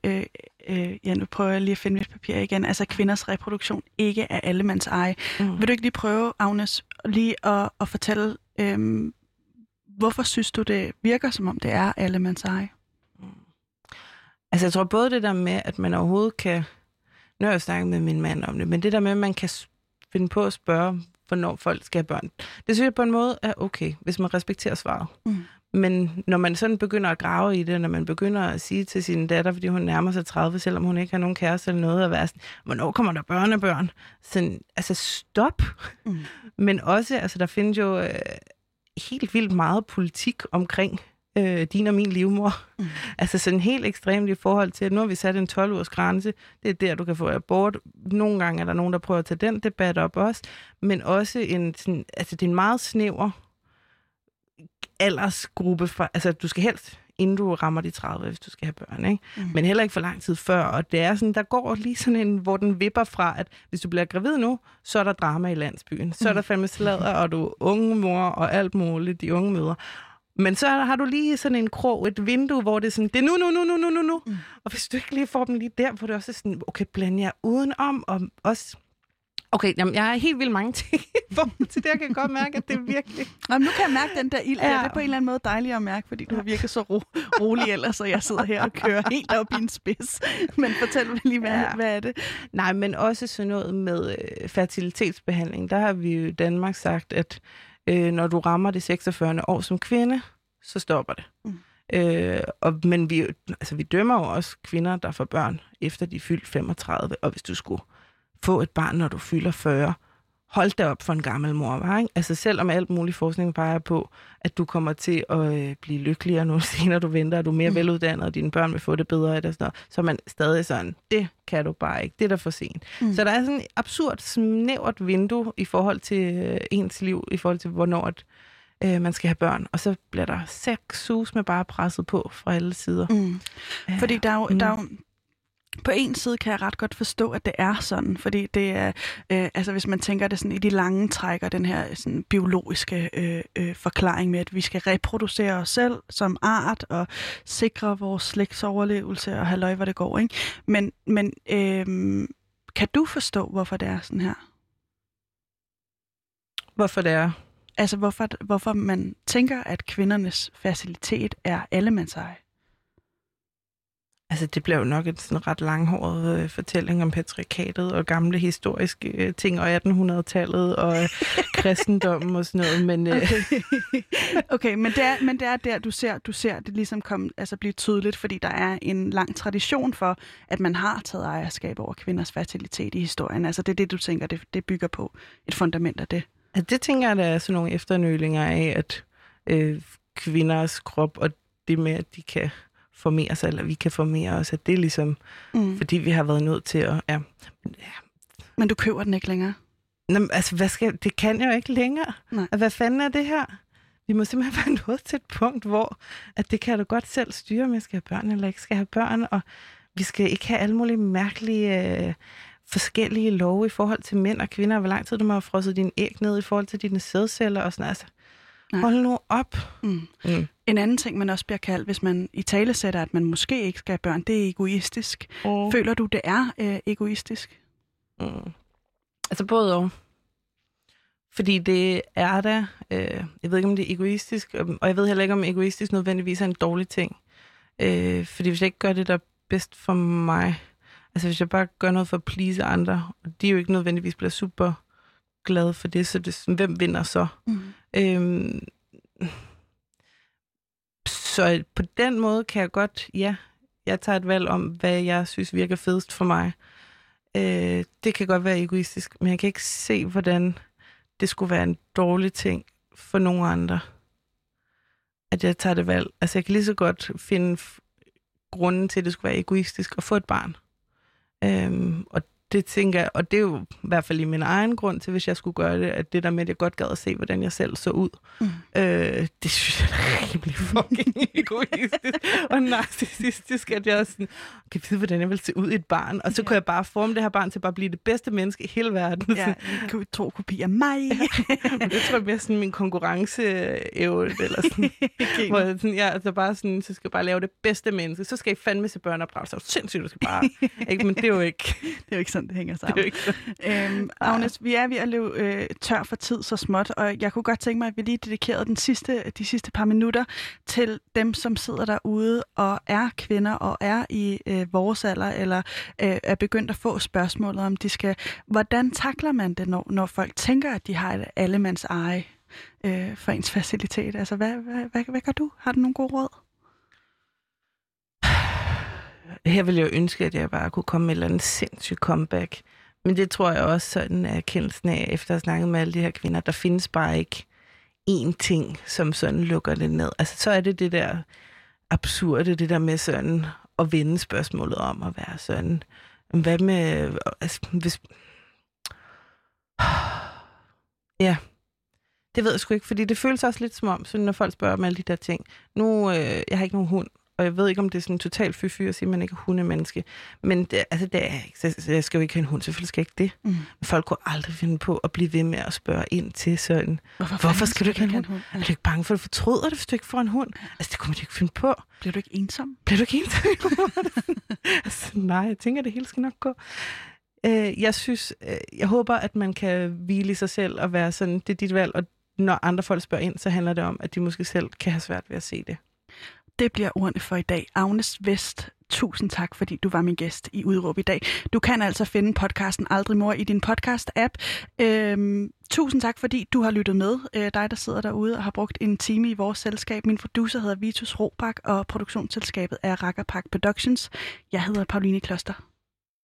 nu prøver jeg lige at finde mit papir igen, altså kvinders reproduktion ikke er allemands eje. Vil du ikke lige prøve, Agnes, lige at fortælle, hvorfor synes du, det virker, som om det er allemands eje? Altså jeg tror både det der med, at man overhovedet kan... Nu har jeg snakket med min mand om det, men det der med, at man kan finde på at spørge, hvornår folk skal have børn, det synes jeg på en måde er okay, hvis man respekterer svaret. Men når man sådan begynder at grave i det, når man begynder at sige til sin datter, fordi hun nærmer sig 30, selvom hun ikke har nogen kæreste eller noget, at være sådan, hvornår kommer der børnebørn? Sådan, altså stop. Men også, altså der findes jo helt vildt meget politik omkring din og min livmor. Altså sådan helt ekstremt i forhold til, at nu har vi sat en 12-ugers grænse. Det er der, du kan få abort. Nogle gange er der nogen, der prøver at tage den debat op også. Men også det er en meget snæver aldersgruppe. Altså du skal helst, inden du rammer de 30, hvis du skal have børn, ikke? Men heller ikke for lang tid før. Og det er sådan, der går lige sådan en, hvor den vipper fra, at hvis du bliver gravid nu, så er der drama i landsbyen. Så er der fandme sladder, og du er unge mor og alt muligt, de unge mødre. Men så har du lige sådan en krog, et vindue, hvor det er sådan, det er nu. Og hvis du ikke lige får dem lige der, hvor det også er sådan, okay, blander jeg udenom, og også Okay, jamen, jeg har helt vildt mange ting i forhold til det. Jeg kan godt mærke, at det er virkelig... Jamen, nu kan jeg mærke den der ild. Ja. Ja. Det er på en eller anden måde dejligt at mærke, fordi du har virket så rolig ellers, og jeg sidder her og kører helt op i en spids. Men fortæl mig lige, hvad er det? Nej, men også sådan noget med fertilitetsbehandling. Der har vi jo i Danmark sagt, at når du rammer det 46. år som kvinde, så stopper det. Men vi dømmer jo også kvinder, der får børn, efter de er fyldt 35. Og hvis du skulle få et barn, når du fylder 40, hold da op for en gammel mor, var, ikke? Altså selvom alt mulig forskning peger på, at du kommer til at blive lykkeligere nu senere du venter, og du er mere veluddannet, og dine børn vil få det bedre, eller sådan noget, så er man stadig sådan, det kan du bare ikke, det er da for sent. Så der er sådan et absurd snævert vindue i forhold til ens liv, i forhold til hvornår man skal have børn, og så bliver der sus med bare presset på fra alle sider. Fordi der er jo på en side kan jeg ret godt forstå, at det er sådan, fordi det er, altså hvis man tænker det sådan i de lange trækker, den her sådan biologiske forklaring med, at vi skal reproducere os selv som art og sikre vores slægts overlevelse og halløj, hvor det går, ikke? Men kan du forstå, hvorfor det er sådan her? Hvorfor det er? Altså hvorfor man tænker, at kvindernes fertilitet er allemandseje? Altså, det blev jo nok en sådan ret langhåret fortælling om patriarkatet og gamle historiske ting, og 1800-tallet og kristendommen og sådan noget, men... Okay, men det er der, du ser det ligesom blive tydeligt, fordi der er en lang tradition for, at man har taget ejerskab over kvinders fertilitet i historien. Altså, det er det, du tænker, det bygger på et fundament af det. Altså, det tænker jeg, der er sådan nogle efternølinger af, at kvinders krop og det med, at de kan formere sig, eller vi kan formere os, at det er ligesom, fordi vi har været nødt til at... Ja. Men du køber den ikke længere? Nå, altså, det kan jeg jo ikke længere. Hvad fanden er det her? Vi må simpelthen være nået til et punkt, hvor at det kan jeg da godt selv styre, om jeg skal have børn eller ikke skal have børn, og vi skal ikke have alle mulige mærkelige forskellige love i forhold til mænd og kvinder, hvor lang tid du må have frosset dine æg ned i forhold til dine sædceller og sådan. Altså, hold nu op. En anden ting, man også bliver kaldt, hvis man i tale sætter, at man måske ikke skal have børn, det er egoistisk. Føler du, det er egoistisk? Altså både og. Fordi det er da, jeg ved ikke, om det er egoistisk, og jeg ved heller ikke, om egoistisk nødvendigvis er en dårlig ting. Fordi hvis jeg ikke gør det, der er bedst for mig, altså hvis jeg bare gør noget for at please andre, og de jo ikke nødvendigvis bliver super glade for det, så det er sådan, hvem vinder så? Så på den måde kan jeg godt, jeg tager et valg om, hvad jeg synes virker fedest for mig. Det kan godt være egoistisk, men jeg kan ikke se, hvordan det skulle være en dårlig ting for nogen andre, at jeg tager det valg. Altså jeg kan lige så godt finde grunden til, at det skulle være egoistisk at få et barn. Og det tænker jeg, og det er jo i hvert fald i min egen grund til, hvis jeg skulle gøre det, at det der med, at jeg godt gad at se, hvordan jeg selv så ud, det synes jeg er rimelig fucking egoistisk og narcissistisk, at jeg sådan, kan vide, hvordan jeg vil se ud i et barn, og så kunne jeg bare forme det her barn til bare at blive det bedste menneske i hele verden. Ja, en tro kopi af mig. Men det tror jeg mere sådan min konkurrenceevne, eller sådan, hvor jeg sådan, altså bare sådan, så skal jeg bare lave det bedste menneske, så skal I fandme se børneopdragelse, så sindssygt, du skal bare, ikke, men det er jo ikke... Det er jo ikke sådan, det hænger sammen. Agnes, vi er ved at løbe tør for tid så småt, og jeg kunne godt tænke mig, at vi lige dedikerede de sidste par minutter til dem, som sidder derude og er kvinder og er i vores alder, eller er begyndt at få spørgsmålet om, de skal... Hvordan takler man det, når folk tænker, at de har et allemands eje for ens facilitet? Altså, hvad gør du? Har du nogle gode råd? Her vil jeg jo ønske, at jeg bare kunne komme med et eller andet sindssygt comeback. Men det tror jeg også sådan er erkendelsen af, efter at have snakket med alle de her kvinder. Der findes bare ikke én ting, som sådan lukker det ned. Altså så er det der absurde, det der med sådan at vende spørgsmålet om at være sådan. Hvad med... Altså, hvis... Ja, det ved jeg sgu ikke, fordi det føles også lidt som om, så når folk spørger om alle de der ting. Nu, jeg har ikke nogen hund, og jeg ved ikke, om det er sådan totalt fy-fy at sige, at man ikke er hundemenneske. Men det er ikke, jeg skal jo ikke have en hund, selvfølgelig skal jeg ikke det. Men folk kunne aldrig finde på at blive ved med at spørge ind til sådan, hvorfor skal du ikke have en hund? Er du ikke bange for, at du fortryder det, hvis du ikke får en hund? Altså, det kunne man ikke finde på. Bliver du ikke ensom? Altså, nej, jeg tænker, det hele skal nok gå. Jeg håber, at man kan hvile i sig selv og være sådan, det er dit valg, og når andre folk spørger ind, så handler det om, at de måske selv kan have svært ved at se det. Det bliver ordene for i dag. Agnes Westh, tusind tak, fordi du var min gæst i Udråb i dag. Du kan altså finde podcasten Aldrig Mor i din podcast-app. Tusind tak, fordi du har lyttet med. Dig, der sidder derude og har brugt en time i vores selskab. Min producer hedder Vitus Robak, og produktionsselskabet er Rakkerpark Productions. Jeg hedder Pauline Kloster.